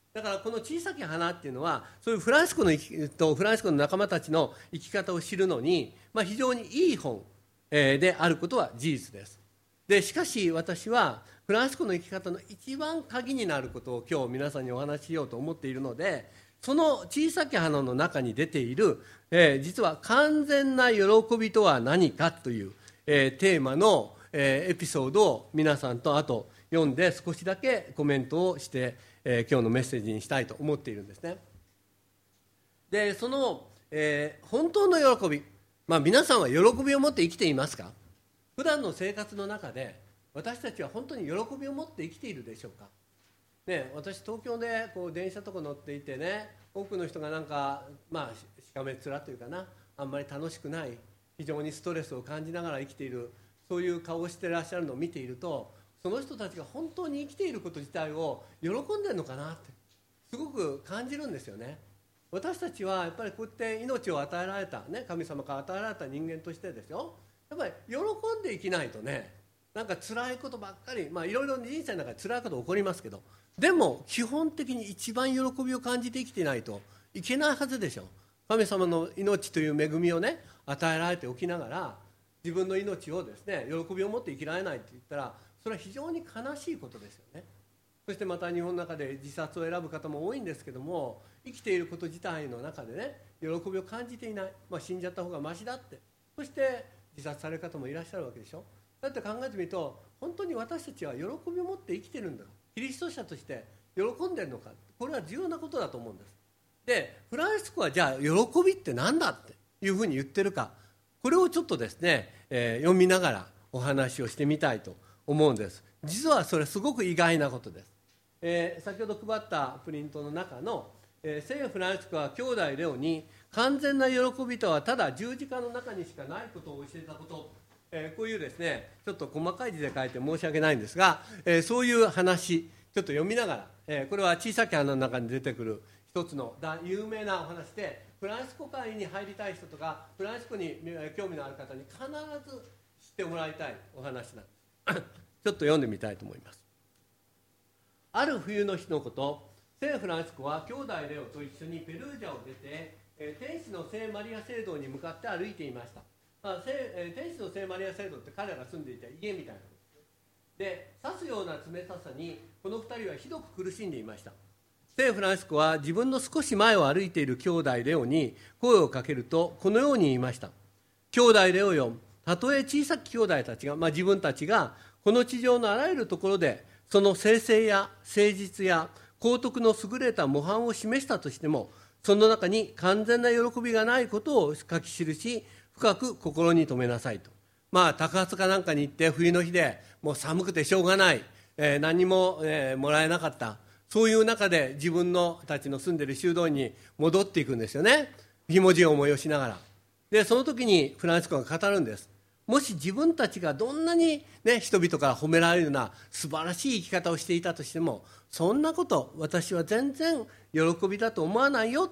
だからこの小さき花っていうのは、そういうフランシコの生きとフランシコの仲間たちの生き方を知るのに、まあ、非常にいい本、えー、であることは事実です。でしかし私はフランシコの生き方の一番鍵になることを今日皆さんにお話ししようと思っているので、その小さき花の中に出ている、えー、実は完全な喜びとは何かという、えー、テーマの、えー、エピソードを皆さんとあと読んで少しだけコメントをして、えー、今日のメッセージにしたいと思っているんですね。でその、えー、本当の喜び、まあ、皆さんは喜びを持って生きていますか？普段の生活の中で私たちは本当に喜びを持って生きているでしょうか？ね、私東京でこう電車とか乗っていてね、多くの人がなんか、まあ、しかめっ面というかな、あんまり楽しくない、非常にストレスを感じながら生きている、そういう顔をしていらっしゃるのを見ていると、その人たちが本当に生きていること自体を喜んでるのかなってすごく感じるんですよね。私たちはやっぱりこうやって命を与えられた、ね、神様から与えられた人間としてですよ、やっぱり喜んで生きないとね、なんか辛いことばっかり、まあいろいろ人生の中で辛いこと起こりますけど、でも基本的に一番喜びを感じて生きていないといけないはずでしょ。神様の命という恵みをね与えられておきながら、自分の命をですね喜びを持って生きられないって言ったら、それは非常に悲しいことですよね。そしてまた日本の中で自殺を選ぶ方も多いんですけども、生きていること自体の中でね喜びを感じていない、まあ、死んじゃった方がマシだって、そして自殺される方もいらっしゃるわけでしょ。だって考えてみると、本当に私たちは喜びを持って生きてるんだ、キリスト者として喜んでるのか、これは重要なことだと思うんです。でフランシコはじゃあ喜びって何だっていうふうに言ってるか、これをちょっとですね、えー、読みながらお話をしてみたいと思うんです。実はそれすごく意外なことです。えー、先ほど配ったプリントの中の、えー、聖フランシコは兄弟レオに完全な喜びとはただ十字架の中にしかないことを教えたこと、えー、こういうですねちょっと細かい字で書いて申し訳ないんですが、えー、そういう話ちょっと読みながら、えー、これは小さき花の中に出てくる一つの有名なお話で、フランシコ会に入りたい人とかフランシコに興味のある方に必ず知ってもらいたいお話なんです。ちょっと読んでみたいと思います。ある冬の日のこと、聖フランシコは兄弟レオと一緒にペルージャを出て、えー、天使の聖マリア聖堂に向かって歩いていました。まあえー、天使の聖マリア聖堂って彼らが住んでいた家みたいなので、刺すような冷たさにこのふたりはひどく苦しんでいました。聖フランシコは自分の少し前を歩いている兄弟レオに声をかけると、このように言いました。兄弟レオよ、たとえ小さき兄弟たちが、まあ、自分たちがこの地上のあらゆるところでその聖性や誠実や幸徳の優れた模範を示したとしても、その中に完全な喜びがないことを書き記し、深く心に留めなさいと。まあ高松かなんかに行って冬の日でもう寒くてしょうがない、えー、何も、えー、もらえなかった、そういう中で自分のたちの住んでいる修道院に戻っていくんですよね。ひもじい思いをしながら。でその時にフランシコが語るんです。もし自分たちがどんなに、ね、人々から褒められるような素晴らしい生き方をしていたとしても、そんなこと私は全然喜びだと思わないよって、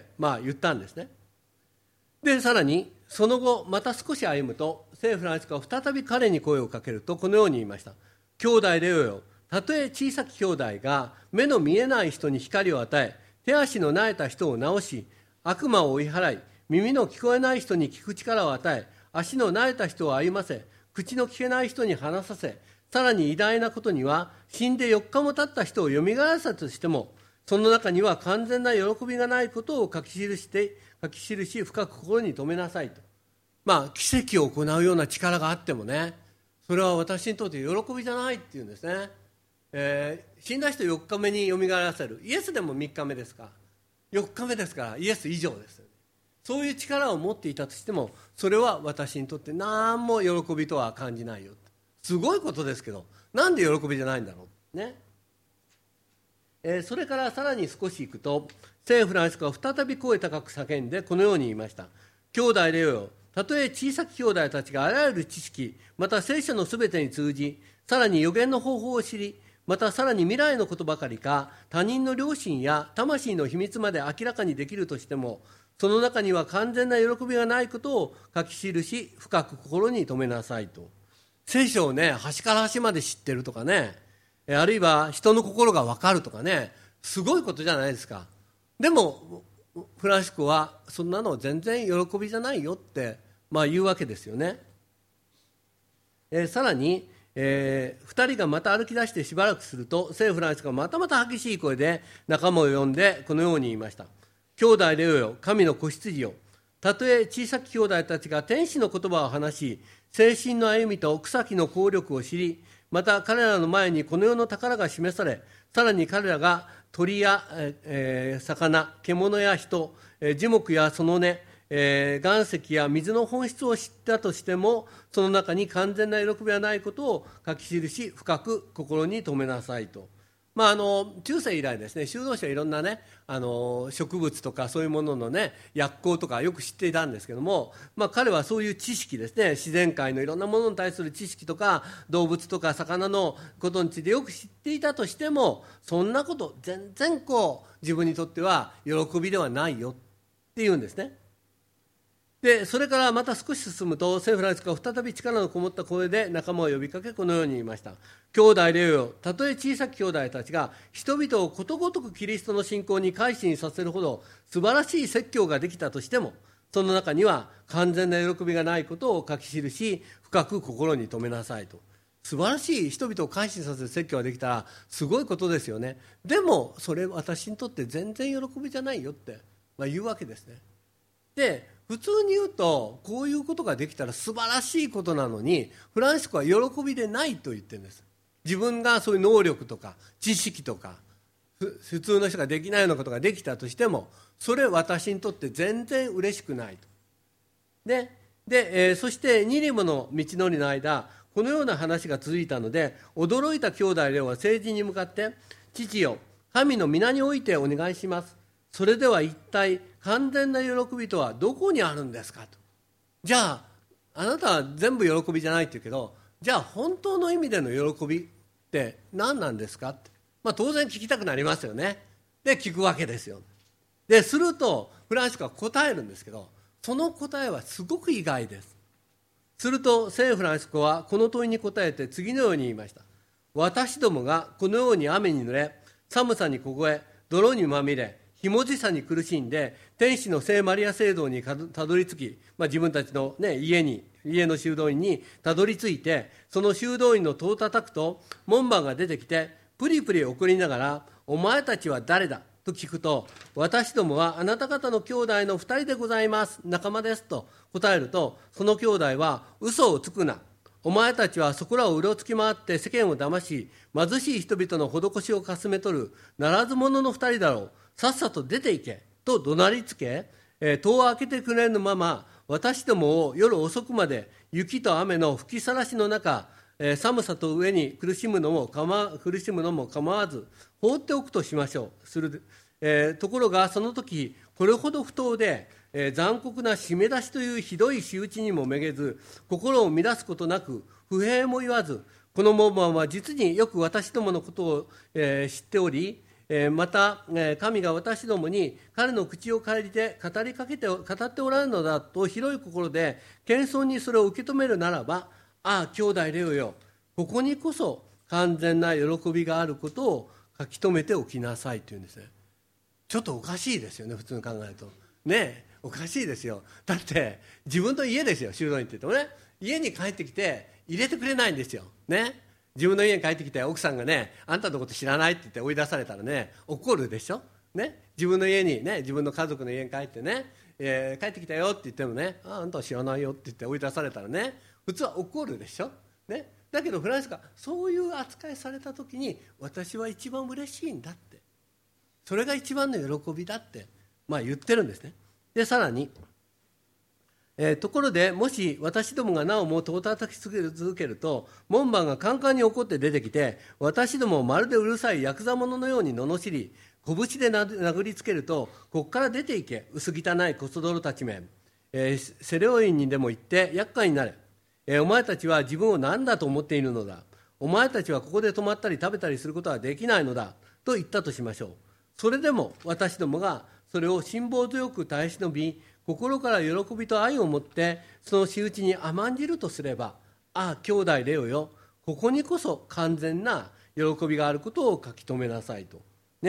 まあ、言ったんですね。でさらにその後また少し歩むと、聖フランシコは再び彼に声をかけるとこのように言いました。兄弟レオよ、たとえ小さき兄弟が目の見えない人に光を与え、手足の萎えた人を治し、悪魔を追い払い、耳の聞こえない人に聞く力を与え、足の萎えた人を歩ませ、口の聞けない人に話させ、さらに偉大なことには死んでよっかも経った人をよみがえらせたとしても、その中には完全な喜びがないことを書き記して書き記し、深く心に留めなさいと。まあ奇跡を行うような力があってもね、それは私にとって喜びじゃないっていうんですね。えー、死んだ人よっかめによみがえらせる。イエスでもみっかめですか、よっかめですからイエス以上ですよね。そういう力を持っていたとしても、それは私にとって何も喜びとは感じないよ。すごいことですけど、なんで喜びじゃないんだろうね。えー、それからさらに少し行くと、聖フランシコは再び声高く叫んでこのように言いました。兄弟レオよ、たとえ小さき兄弟たちがあらゆる知識、また聖書のすべてに通じ、さらに予言の方法を知り、またさらに未来のことばかりか、他人の良心や魂の秘密まで明らかにできるとしても、その中には完全な喜びがないことを書き記し、深く心に留めなさいと。聖書をね、端から端まで知ってるとかね、あるいは人の心が分かるとかね、 すごいことじゃないですか。でもフランシスコはそんなの全然喜びじゃないよって、まあ、言うわけですよね。えー、さらに、えー、ふたりがまた歩き出してしばらくすると、聖フランシスコがまたまた激しい声で仲間を呼んでこのように言いました。兄弟レオよ、神の子羊よ、たとえ小さき兄弟たちが天使の言葉を話し、精神の歩みと草木の効力を知り、また彼らの前にこの世の宝が示され、さらに彼らが鳥や、えー、魚、獣や人、えー、樹木やその根、えー、岩石や水の本質を知ったとしても、その中に完全な喜びはないことを書き記し、深く心に留めなさいと。まあ、あの中世以来ですね、修道士はいろんなね、あの植物とかそういうもののね、薬効とかよく知っていたんですけども、まあ、彼はそういう知識ですね、自然界のいろんなものに対する知識とか、動物とか魚のことについてよく知っていたとしても、そんなこと全然こう自分にとっては喜びではないよっていうんですね。でそれからまた少し進むと、聖フランシスコは再び力のこもった声で仲間を呼びかけ、このように言いました。兄弟レオよ、たとえ小さき兄弟たちが人々をことごとくキリストの信仰に改心させるほど素晴らしい説教ができたとしても、その中には完全な喜びがないことを書き記し、深く心に留めなさいと。素晴らしい人々を改心させる説教ができたらすごいことですよね。でもそれ私にとって全然喜びじゃないよって、まあ、言うわけですね。で普通に言うと、こういうことができたら素晴らしいことなのに、フランシスコは喜びでないと言ってるんです。自分がそういう能力とか知識とか普通の人ができないようなことができたとしても、それ私にとって全然嬉しくないと。でで、えー、そしてニリムの道のりの間、このような話が続いたので、驚いた兄弟レオは聖人に向かって、父よ、神の皆においてお願いします。それでは一体完全な喜びとはどこにあるんですかと。じゃああなたは全部喜びじゃないって言うけど、じゃあ本当の意味での喜びって何なんですかって、まあ、当然聞きたくなりますよね。で聞くわけですよ。でするとフランシスコは答えるんですけど、その答えはすごく意外です。すると聖フランシスコはこの問いに答えて次のように言いました。私どもがこのように雨に濡れ、寒さに凍え、泥にまみれ、ひもじさに苦しんで、天使の聖マリア聖堂にたどり着き、まあ、自分たちの、ね、家に家の修道院にたどり着いて、その修道院の戸を叩くと門番が出てきて、プリプリ怒りながら、お前たちは誰だと聞くと、私どもはあなた方の兄弟の二人でございます、仲間ですと答えると、その兄弟は、嘘をつくな、お前たちはそこらをうろつき回って世間を騙し、貧しい人々の施しをかすめ取るならず者の二人だろう、さっさと出て行けと怒鳴りつけ、えー、戸を開けてくれぬまま、私どもを夜遅くまで雪と雨の吹きさらしの中、えー、寒さと上に苦しむのも構苦しむのも構わず放っておくとしましょう。する、えー、ところがその時これほど不当で、えー、残酷な締め出しというひどい仕打ちにもめげず、心を乱すことなく不平も言わず、この門番は実によく私どものことを、えー、知っており、また神が私どもに彼の口を借りて語りかけて語っておられるのだと広い心で謙遜にそれを受け止めるならば、ああ兄弟レオよ、ここにこそ完全な喜びがあることを書き留めておきなさいというんですね。ちょっとおかしいですよね、普通に考えるとね。おかしいですよ。だって自分の家ですよ、修道院って言ってもね。家に帰ってきて入れてくれないんですよね。自分の家に帰ってきて奥さんがね、あんたのこと知らないって言って追い出されたらね、怒るでしょ、ね、自分の家にね、自分の家族の家に帰ってね、えー、帰ってきたよって言ってもね、 あ, あんたは知らないよって言って追い出されたらね、普通は怒るでしょ、ね、だけどフランシスコはそういう扱いされた時に、私は一番嬉しいんだって、それが一番の喜びだって、まあ、言ってるんですね。でさらに、えー、ところでもし私どもがなおも戸を叩き続けると、門番がカンカンに怒って出てきて、私どもをまるでうるさいヤクザ者のように罵り、拳で殴りつけると、ここから出ていけ、薄汚いコソ泥たちめ、えー、セレオ院にでも行って厄介になれ、えー、お前たちは自分を何だと思っているのだ、お前たちはここで泊まったり食べたりすることはできないのだと言ったとしましょう。それでも私どもがそれを辛抱強く耐え忍び、心から喜びと愛を持ってその仕打ちに甘んじるとすれば、ああ兄弟レオよ、ここにこそ完全な喜びがあることを書き留めなさいと、ね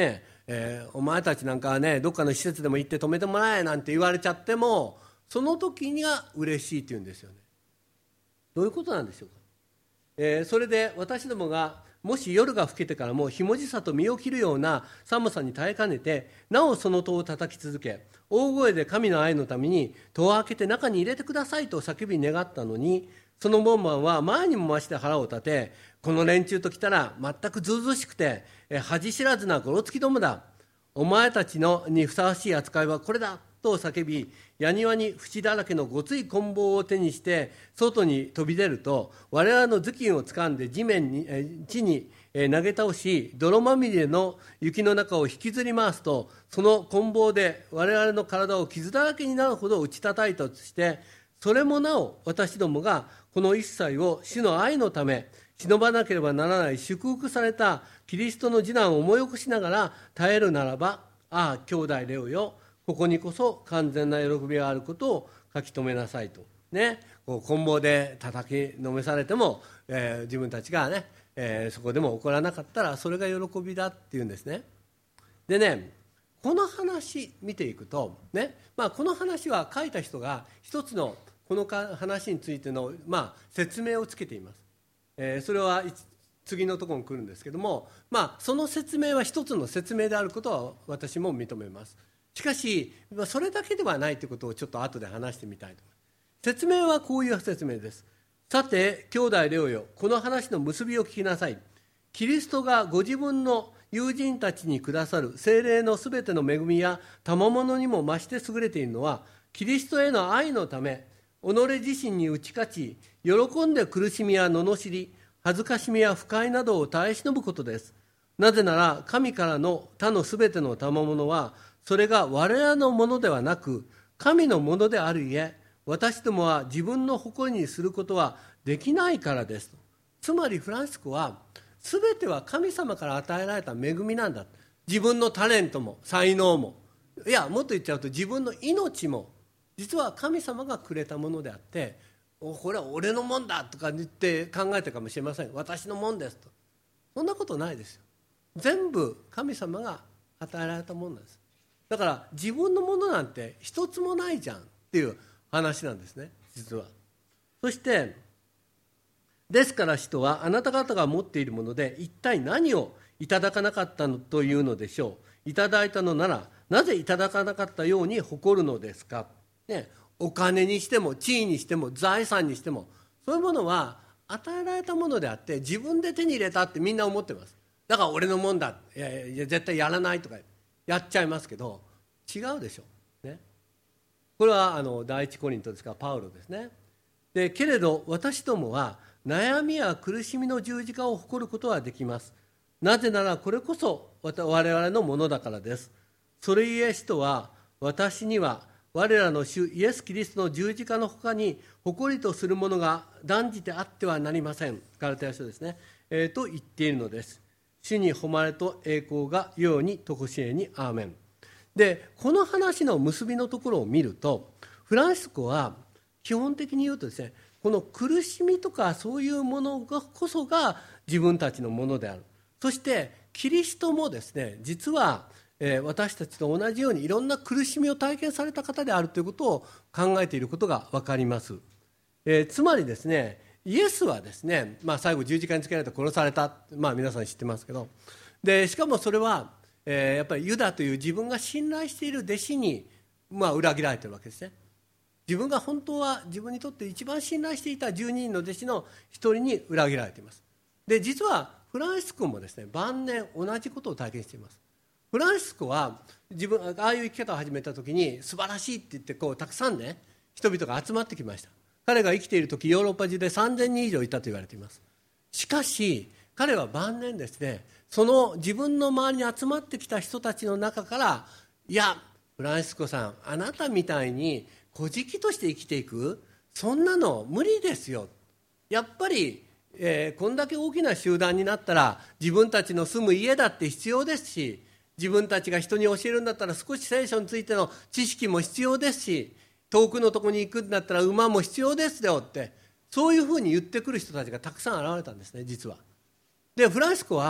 えー、お前たちなんかはねどっかの施設でも行って泊めてもらえなんて言われちゃっても、その時には嬉しいって言うんですよね。どういうことなんでしょうか。えー、それで私どもがもし夜が更けてからもひもじさと身を切るような寒さに耐えかねて、なおその戸を叩き続け、大声で神の愛のために戸を開けて中に入れてくださいと叫び願ったのに、その門番は前にも増して腹を立て、この連中と来たら全くずうずうしくて恥知らずなごろつきどもだ、お前たちのにふさわしい扱いはこれだと叫び、矢庭に縁だらけのごつい棍棒を手にして外に飛び出ると、我々の頭巾をつかんで地面に地に投げ倒し、泥まみれの雪の中を引きずり回すと、その棍棒で我々の体を傷だらけになるほど打ち叩いたとして、それもなお私どもがこの一切を主の愛のため忍ばなければならない祝福されたキリストの次男を思い起こしながら耐えるならば、ああ兄弟レオよ、ここにこそ完全な喜びがあることを書き留めなさいとね。こう棍棒で叩きのめされても、えー、自分たちがね、えー、そこでも怒らなかったらそれが喜びだっていうんですね。でね、この話見ていくとね、まあ、この話は書いた人が一つのこの話についての、まあ、説明をつけています。えー、それは次のところに来るんですけども、まあ、その説明は一つの説明であることは私も認めます。しかしそれだけではないということをちょっと後で話してみたいと思います。説明はこういう説明です。さて兄弟レオよ、この話の結びを聞きなさい。キリストがご自分の友人たちにくださる聖霊のすべての恵みや賜物にも増して優れているのは、キリストへの愛のため己自身に打ち勝ち、喜んで苦しみや罵り、恥ずかしみや不快などを耐え忍ぶことです。なぜなら神からの他のすべての賜物は、それが我らのものではなく神のものであるゆえ、私どもは自分の誇りにすることはできないからです。つまりフランシスコは、すべては神様から与えられた恵みなんだ。自分のタレントも才能も、いやもっと言っちゃうと自分の命も実は神様がくれたものであって、これは俺のもんだとか言って考えてるかもしれません。私のもんですと。そんなことないですよ。全部神様が与えられたものなんです。だから自分のものなんて一つもないじゃんっていう話なんですね、実は。そしてですから人はあなた方が持っているもので一体何をいただかなかったのというのでしょう。いただいたのならなぜいただかなかったように誇るのですか、ね、お金にしても地位にしても財産にしても、そういうものは与えられたものであって自分で手に入れたってみんな思ってます。だから俺のもんだ、いやいや絶対やらないとかやっちゃいますけど、違うでしょ、ね、これはあの第一コリントですからパウロですね。でけれど私どもは悩みや苦しみの十字架を誇ることはできます。なぜならこれこそ我々のものだからです。それゆえ使徒は、私には我らの主イエス・キリストの十字架のほかに誇りとするものが断じてあってはなりません。ガラテヤ書ですね、えー、と言っているのです。主に誉れと栄光が世々にとこしえにアーメン。でこの話の結びのところを見ると、フランシスコは基本的に言うとですね、この苦しみとかそういうものがこそが自分たちのものである。そしてキリストもですね、実は、えー、私たちと同じようにいろんな苦しみを体験された方であるということを考えていることが分かります。えー、つまりですね、イエスはですね、まあ、最後十字架につけられて殺された、まあ、皆さん知ってますけど、でしかもそれは、えー、やっぱりユダという自分が信頼している弟子に、まあ、裏切られているわけですね。自分が本当は自分にとって一番信頼していたじゅうににんの弟子の一人に裏切られています。で実はフランシスコもですね、晩年同じことを体験しています。フランシスコは自分ああいう生き方を始めた時に素晴らしいって言ってこうたくさんね人々が集まってきました。彼が生きている時ヨーロッパ中でさんぜんにん以上いたと言われています。しかし彼は晩年ですね、その自分の周りに集まってきた人たちの中から、いやフランシスコさん、あなたみたいに孤児として生きていく、そんなの無理ですよ。やっぱり、えー、こんだけ大きな集団になったら自分たちの住む家だって必要ですし、自分たちが人に教えるんだったら少し聖書についての知識も必要ですし、遠くのところに行くんだったら馬も必要ですよって、そういうふうに言ってくる人たちがたくさん現れたんですね、実は。でフランシスコは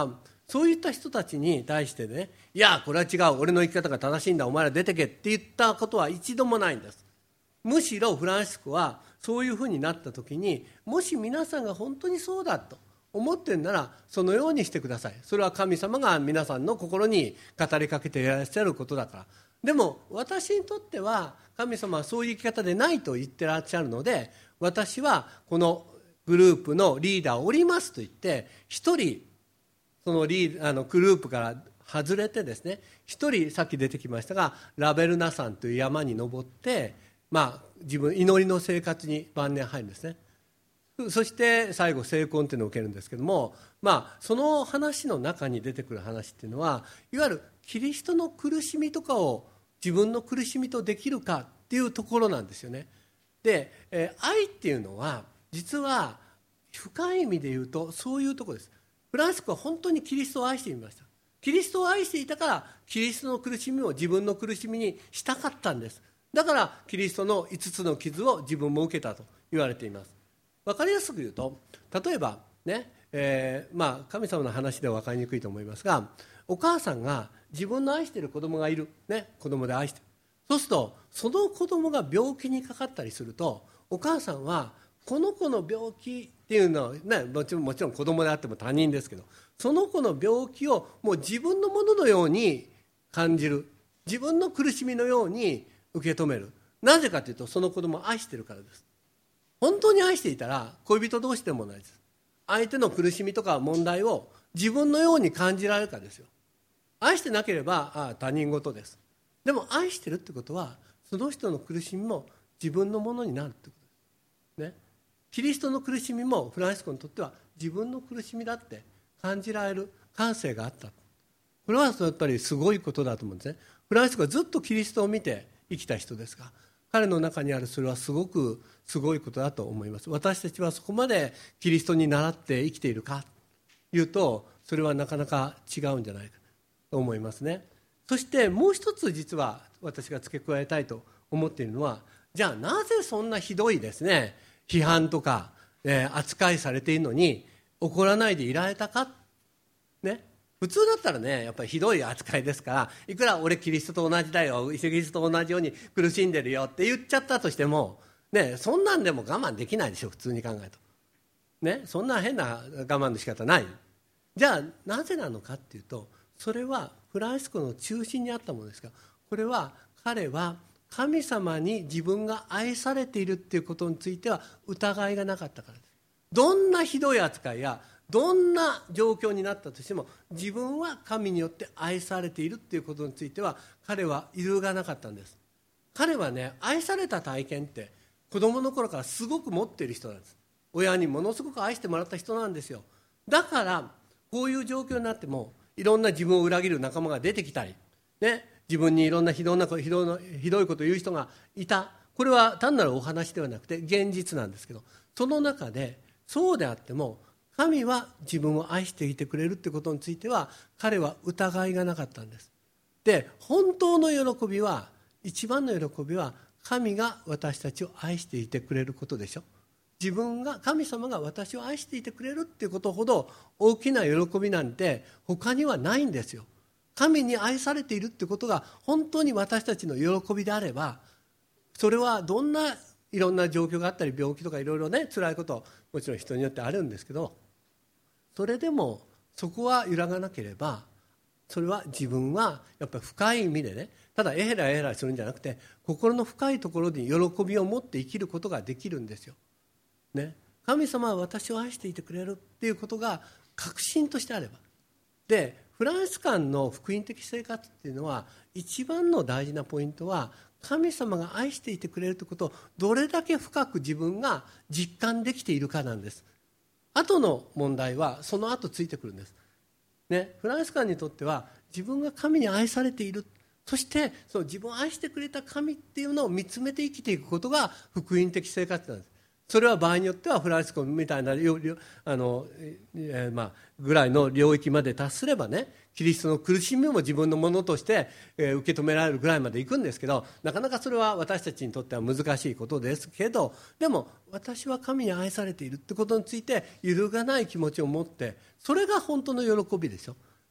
そういった人たちに対してね、いやこれは違う、俺の生き方が正しいんだ、お前ら出てけって言ったことは一度もないんです。むしろフランシスコはそういうふうになった時に、もし皆さんが本当にそうだと思ってるならそのようにしてください。それは神様が皆さんの心に語りかけていらっしゃることだから。でも私にとっては神様はそういう生き方でないと言ってらっしゃるので、私はこのグループのリーダーをおりますと言って一人そのリーあのグループから外れてですね、一人さっき出てきましたがラベルナ山という山に登って、まあ、自分祈りの生活に晩年入るんですね。そして最後聖婚というのを受けるんですけども、まあ、その話の中に出てくる話っていうのはいわゆるキリストの苦しみとかを自分の苦しみとできるかっていうところなんですよね。で、えー、愛っていうのは実は深い意味で言うとそういうところです。フランシスコは本当にキリストを愛していました。キリストを愛していたからキリストの苦しみを自分の苦しみにしたかったんです。だからキリストのいつつの傷を自分も受けたと言われています。分かりやすく言うと、例えばね、えーまあ、神様の話では分かりにくいと思いますが、お母さんが自分の愛している子供がいる、ね、子供で愛している。そうするとその子供が病気にかかったりすると、お母さんはこの子の病気っていうのは、ね、もちろん、もちろん子供であっても他人ですけど、その子の病気をもう自分のもののように感じる、自分の苦しみのように受け止める。なぜかというとその子供を愛しているからです。本当に愛していたら恋人同士でもないです。相手の苦しみとか問題を自分のように感じられるかですよ。愛してなければああ他人事です。でも愛してるってことはその人の苦しみも自分のものになるってことです、ね、キリストの苦しみもフランシスコにとっては自分の苦しみだって感じられる感性があった。これはやっぱりすごいことだと思うんですね。フランシスコはずっとキリストを見て生きた人ですが、彼の中にあるそれはすごくすごいことだと思います。私たちはそこまでキリストに倣って生きているかというと、それはなかなか違うんじゃないかと思いますね。そしてもう一つ実は私が付け加えたいと思っているのは、じゃあなぜそんなひどいですね批判とか、えー、扱いされているのに怒らないでいられたか、ね、普通だったらねやっぱりひどい扱いですから、いくら俺キリストと同じだよ、キリストと同じように苦しんでるよって言っちゃったとしても、ね、そんなんでも我慢できないでしょ普通に考えると、ね、そんな変な我慢の仕方ない。じゃあなぜなのかっていうと、それはフランシスコの中心にあったものですが、これは彼は神様に自分が愛されているっていうことについては疑いがなかったからです。どんなひどい扱いやどんな状況になったとしても、自分は神によって愛されているっていうことについては彼は揺るがなかったんです。彼はね、愛された体験って子供の頃からすごく持っている人なんです。親にものすごく愛してもらった人なんですよ。だからこういう状況になってもいろんな自分を裏切る仲間が出てきたり、ね、自分にいろんなひどなひどいひどいことを言う人がいた。これは単なるお話ではなくて現実なんですけど、その中でそうであっても神は自分を愛していてくれるってことについては彼は疑いがなかったんです。で、本当の喜びは、一番の喜びは神が私たちを愛していてくれることでしょ。自分が、神様が私を愛していてくれるっていうことほど大きな喜びなんて他にはないんですよ。神に愛されているってことが本当に私たちの喜びであれば、それはどんないろんな状況があったり病気とかいろいろね辛いこともちろん人によってあるんですけど、それでもそこは揺らがなければ、それは自分はやっぱり深い意味でね、ただえへらえへらするんじゃなくて心の深いところに喜びを持って生きることができるんですよ、ね、神様は私を愛していてくれるっていうことが確信としてあれば。で、フランス間の福音的生活っていうのは一番の大事なポイントは、神様が愛していてくれるということをどれだけ深く自分が実感できているかなんです。後の問題はその後ついてくるんです、ね、フランス間にとっては自分が神に愛されている、そしてその自分を愛してくれた神っていうのを見つめて生きていくことが福音的生活なんです。それは場合によってはフランシスコみたいなあの、えーまあ、ぐらいの領域まで達すればね、キリストの苦しみも自分のものとして、えー、受け止められるぐらいまでいくんですけど、なかなかそれは私たちにとっては難しいことですけど、でも私は神に愛されているってことについて揺るがない気持ちを持って、それが本当の喜びでしょ。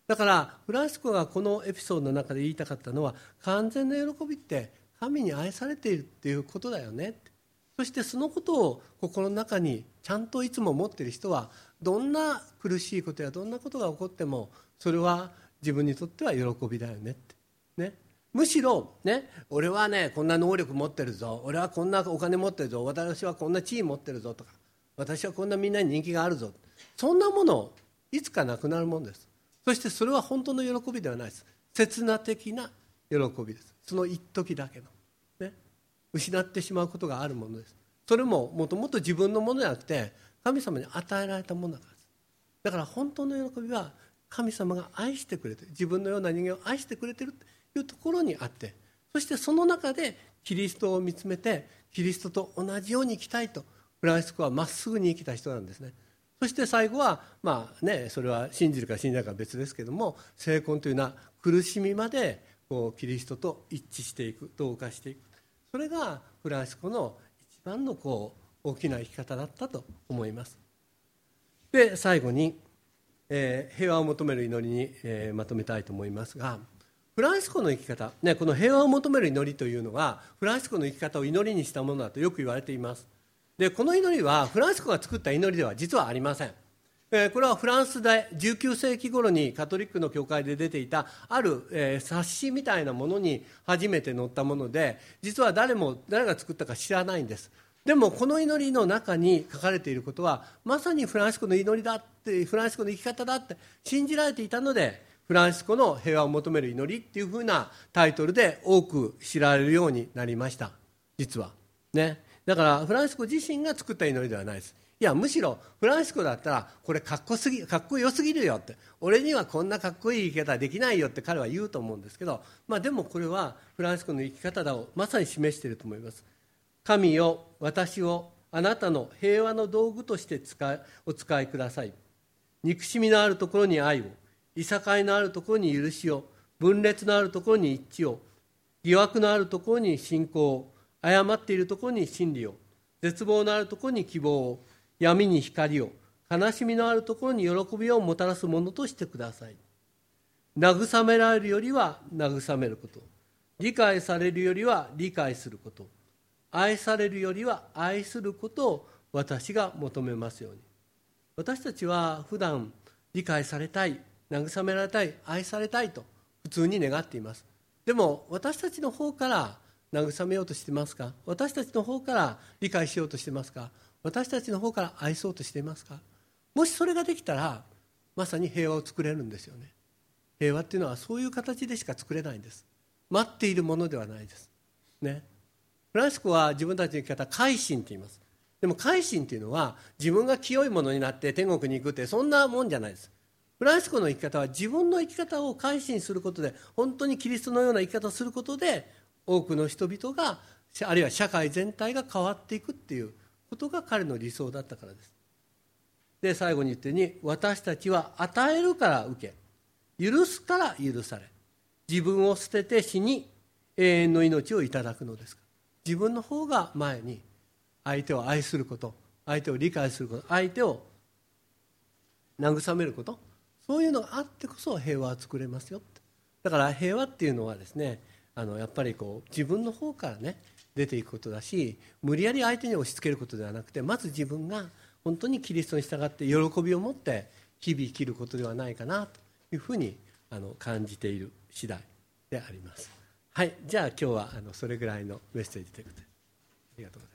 だからフランシスコがこのエピソードの中で言いたかったのは、完全な喜びって神に愛されているっていうことだよねって。そしてそのことを心の中にちゃんといつも持っている人は、どんな苦しいことやどんなことが起こってもそれは自分にとっては喜びだよねって、ね、むしろ、ね、俺はねこんな能力持ってるぞ、俺はこんなお金持ってるぞ、私はこんな地位持ってるぞとか、私はこんなみんなに人気があるぞ、そんなものいつかなくなるものです。そしてそれは本当の喜びではないです。刹那的な喜びです。その一時だけの、ね、失ってしまうことがあるものです。それももともと自分のものじゃなくて神様に与えられたものだからです。だから本当の喜びは神様が愛してくれている、自分のような人間を愛してくれているというところにあって、そしてその中でキリストを見つめてキリストと同じように生きたいとフランシスコはまっすぐに生きた人なんですね。そして最後は、まあね、それは信じるか信じないかは別ですけれども、聖婚というのは苦しみまでこうキリストと一致していく、同化していく、それがフランシスコの一番のこう大きな生き方だったと思います。で最後に、えー、平和を求める祈りに、えー、まとめたいと思いますが、フランシスコの生き方、ね、この平和を求める祈りというのはフランシスコの生き方を祈りにしたものだとよく言われています。でこの祈りはフランシスコが作った祈りでは実はありません。えー、これはフランスでじゅうきゅうせいき頃にカトリックの教会で出ていたある、えー、冊子みたいなものに初めて載ったもので、実は誰も誰が作ったか知らないんです。でもこの祈りの中に書かれていることはまさにフランシスコの祈りだって、フランシスコの生き方だって信じられていたので、フランシスコの平和を求める祈りっていうふうなタイトルで多く知られるようになりました。実はね、だからフランシスコ自身が作った祈りではないです。いやむしろフランシスコだったらこれかっこすぎかっこよすぎるよって、俺にはこんなかっこいい生き方できないよって彼は言うと思うんですけど、まあ、でもこれはフランシスコの生き方だをまさに示していると思います。神よ、私をあなたの平和の道具として使いお使いください。憎しみのあるところに愛を、いさかいのあるところに許しを、分裂のあるところに一致を、疑惑のあるところに信仰を、誤っているところに真理を、絶望のあるところに希望を、闇に光を、悲しみのあるところに喜びをもたらすものとしてください。慰められるよりは慰めること、理解されるよりは理解すること、愛されるよりは愛することを私が求めますように。私たちは普段理解されたい、慰められたい、愛されたいと普通に願っています。でも私たちの方から慰めようとしていますか？私たちの方から理解しようとしていますか？私たちの方から愛そうとしていますか？もしそれができたらまさに平和を作れるんですよね。平和っていうのはそういう形でしか作れないんです。待っているものではないですね。フランシスコは自分たちの生き方改心と言います。でも改心というのは自分が清いものになって天国に行くってそんなもんじゃないです。フランシスコの生き方は自分の生き方を改心することで、本当にキリストのような生き方をすることで多くの人々が、あるいは社会全体が変わっていくっていうことが彼の理想だったからです。で最後に言ったように、私たちは与えるから受け、許すから許され、自分を捨てて死に永遠の命をいただくのですから、自分の方が前に相手を愛すること、相手を理解すること、相手を慰めること、そういうのがあってこそ平和は作れますよ。だから平和っていうのはですね、あのやっぱりこう自分の方からね出ていくことだし、無理やり相手に押し付けることではなくて、まず自分が本当にキリストに従って喜びを持って日々生きることではないかなというふうにあの感じている次第であります。はい、じゃあ今日はあのそれぐらいのメッセージということで、ありがとうござい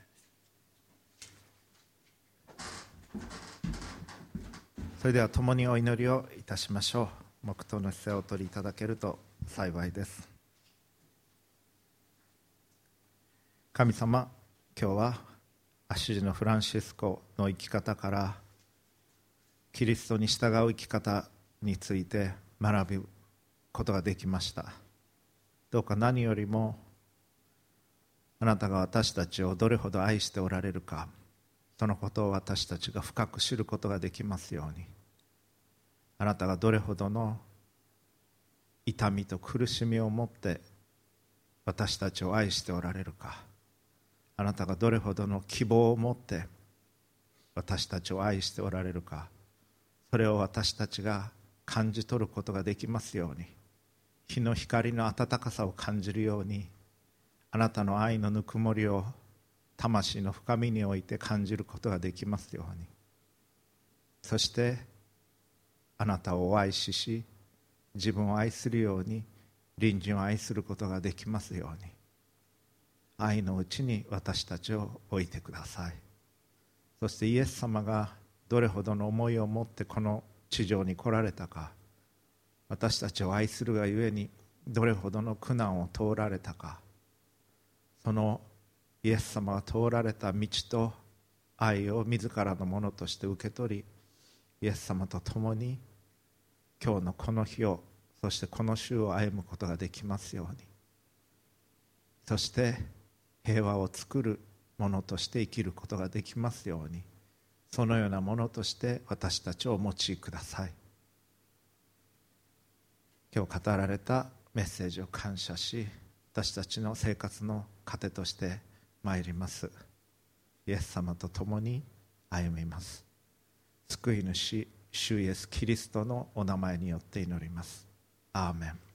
ます。 それでは共にお祈りをいたしましょう。黙祷の姿勢をお取りいただけると幸いです。神様、今日はアッシュジのフランシスコの生き方からキリストに従う生き方について学ぶことができました。どうか何よりもあなたが私たちをどれほど愛しておられるか、そのことを私たちが深く知ることができますように、あなたがどれほどの痛みと苦しみを持って私たちを愛しておられるか、あなたがどれほどの希望を持って私たちを愛しておられるか、それを私たちが感じ取ることができますように、日の光の温かさを感じるように、あなたの愛のぬくもりを魂の深みにおいて感じることができますように、そしてあなたをお愛しし、自分を愛するように隣人を愛することができますように、愛のうちに私たちを置いてください。そしてイエス様がどれほどの思いを持ってこの地上に来られたか、私たちを愛するがゆえにどれほどの苦難を通られたか、そのイエス様が通られた道と愛を自らのものとして受け取り、イエス様と共に今日のこの日を、そしてこの週を歩むことができますように、そして平和を作るものとして生きることができますように、そのようなものとして私たちをお持ちください。今日語られたメッセージを感謝し、私たちの生活の糧として参ります。イエス様と共に歩みます。救い主主イエスキリストのお名前によって祈ります。アーメン。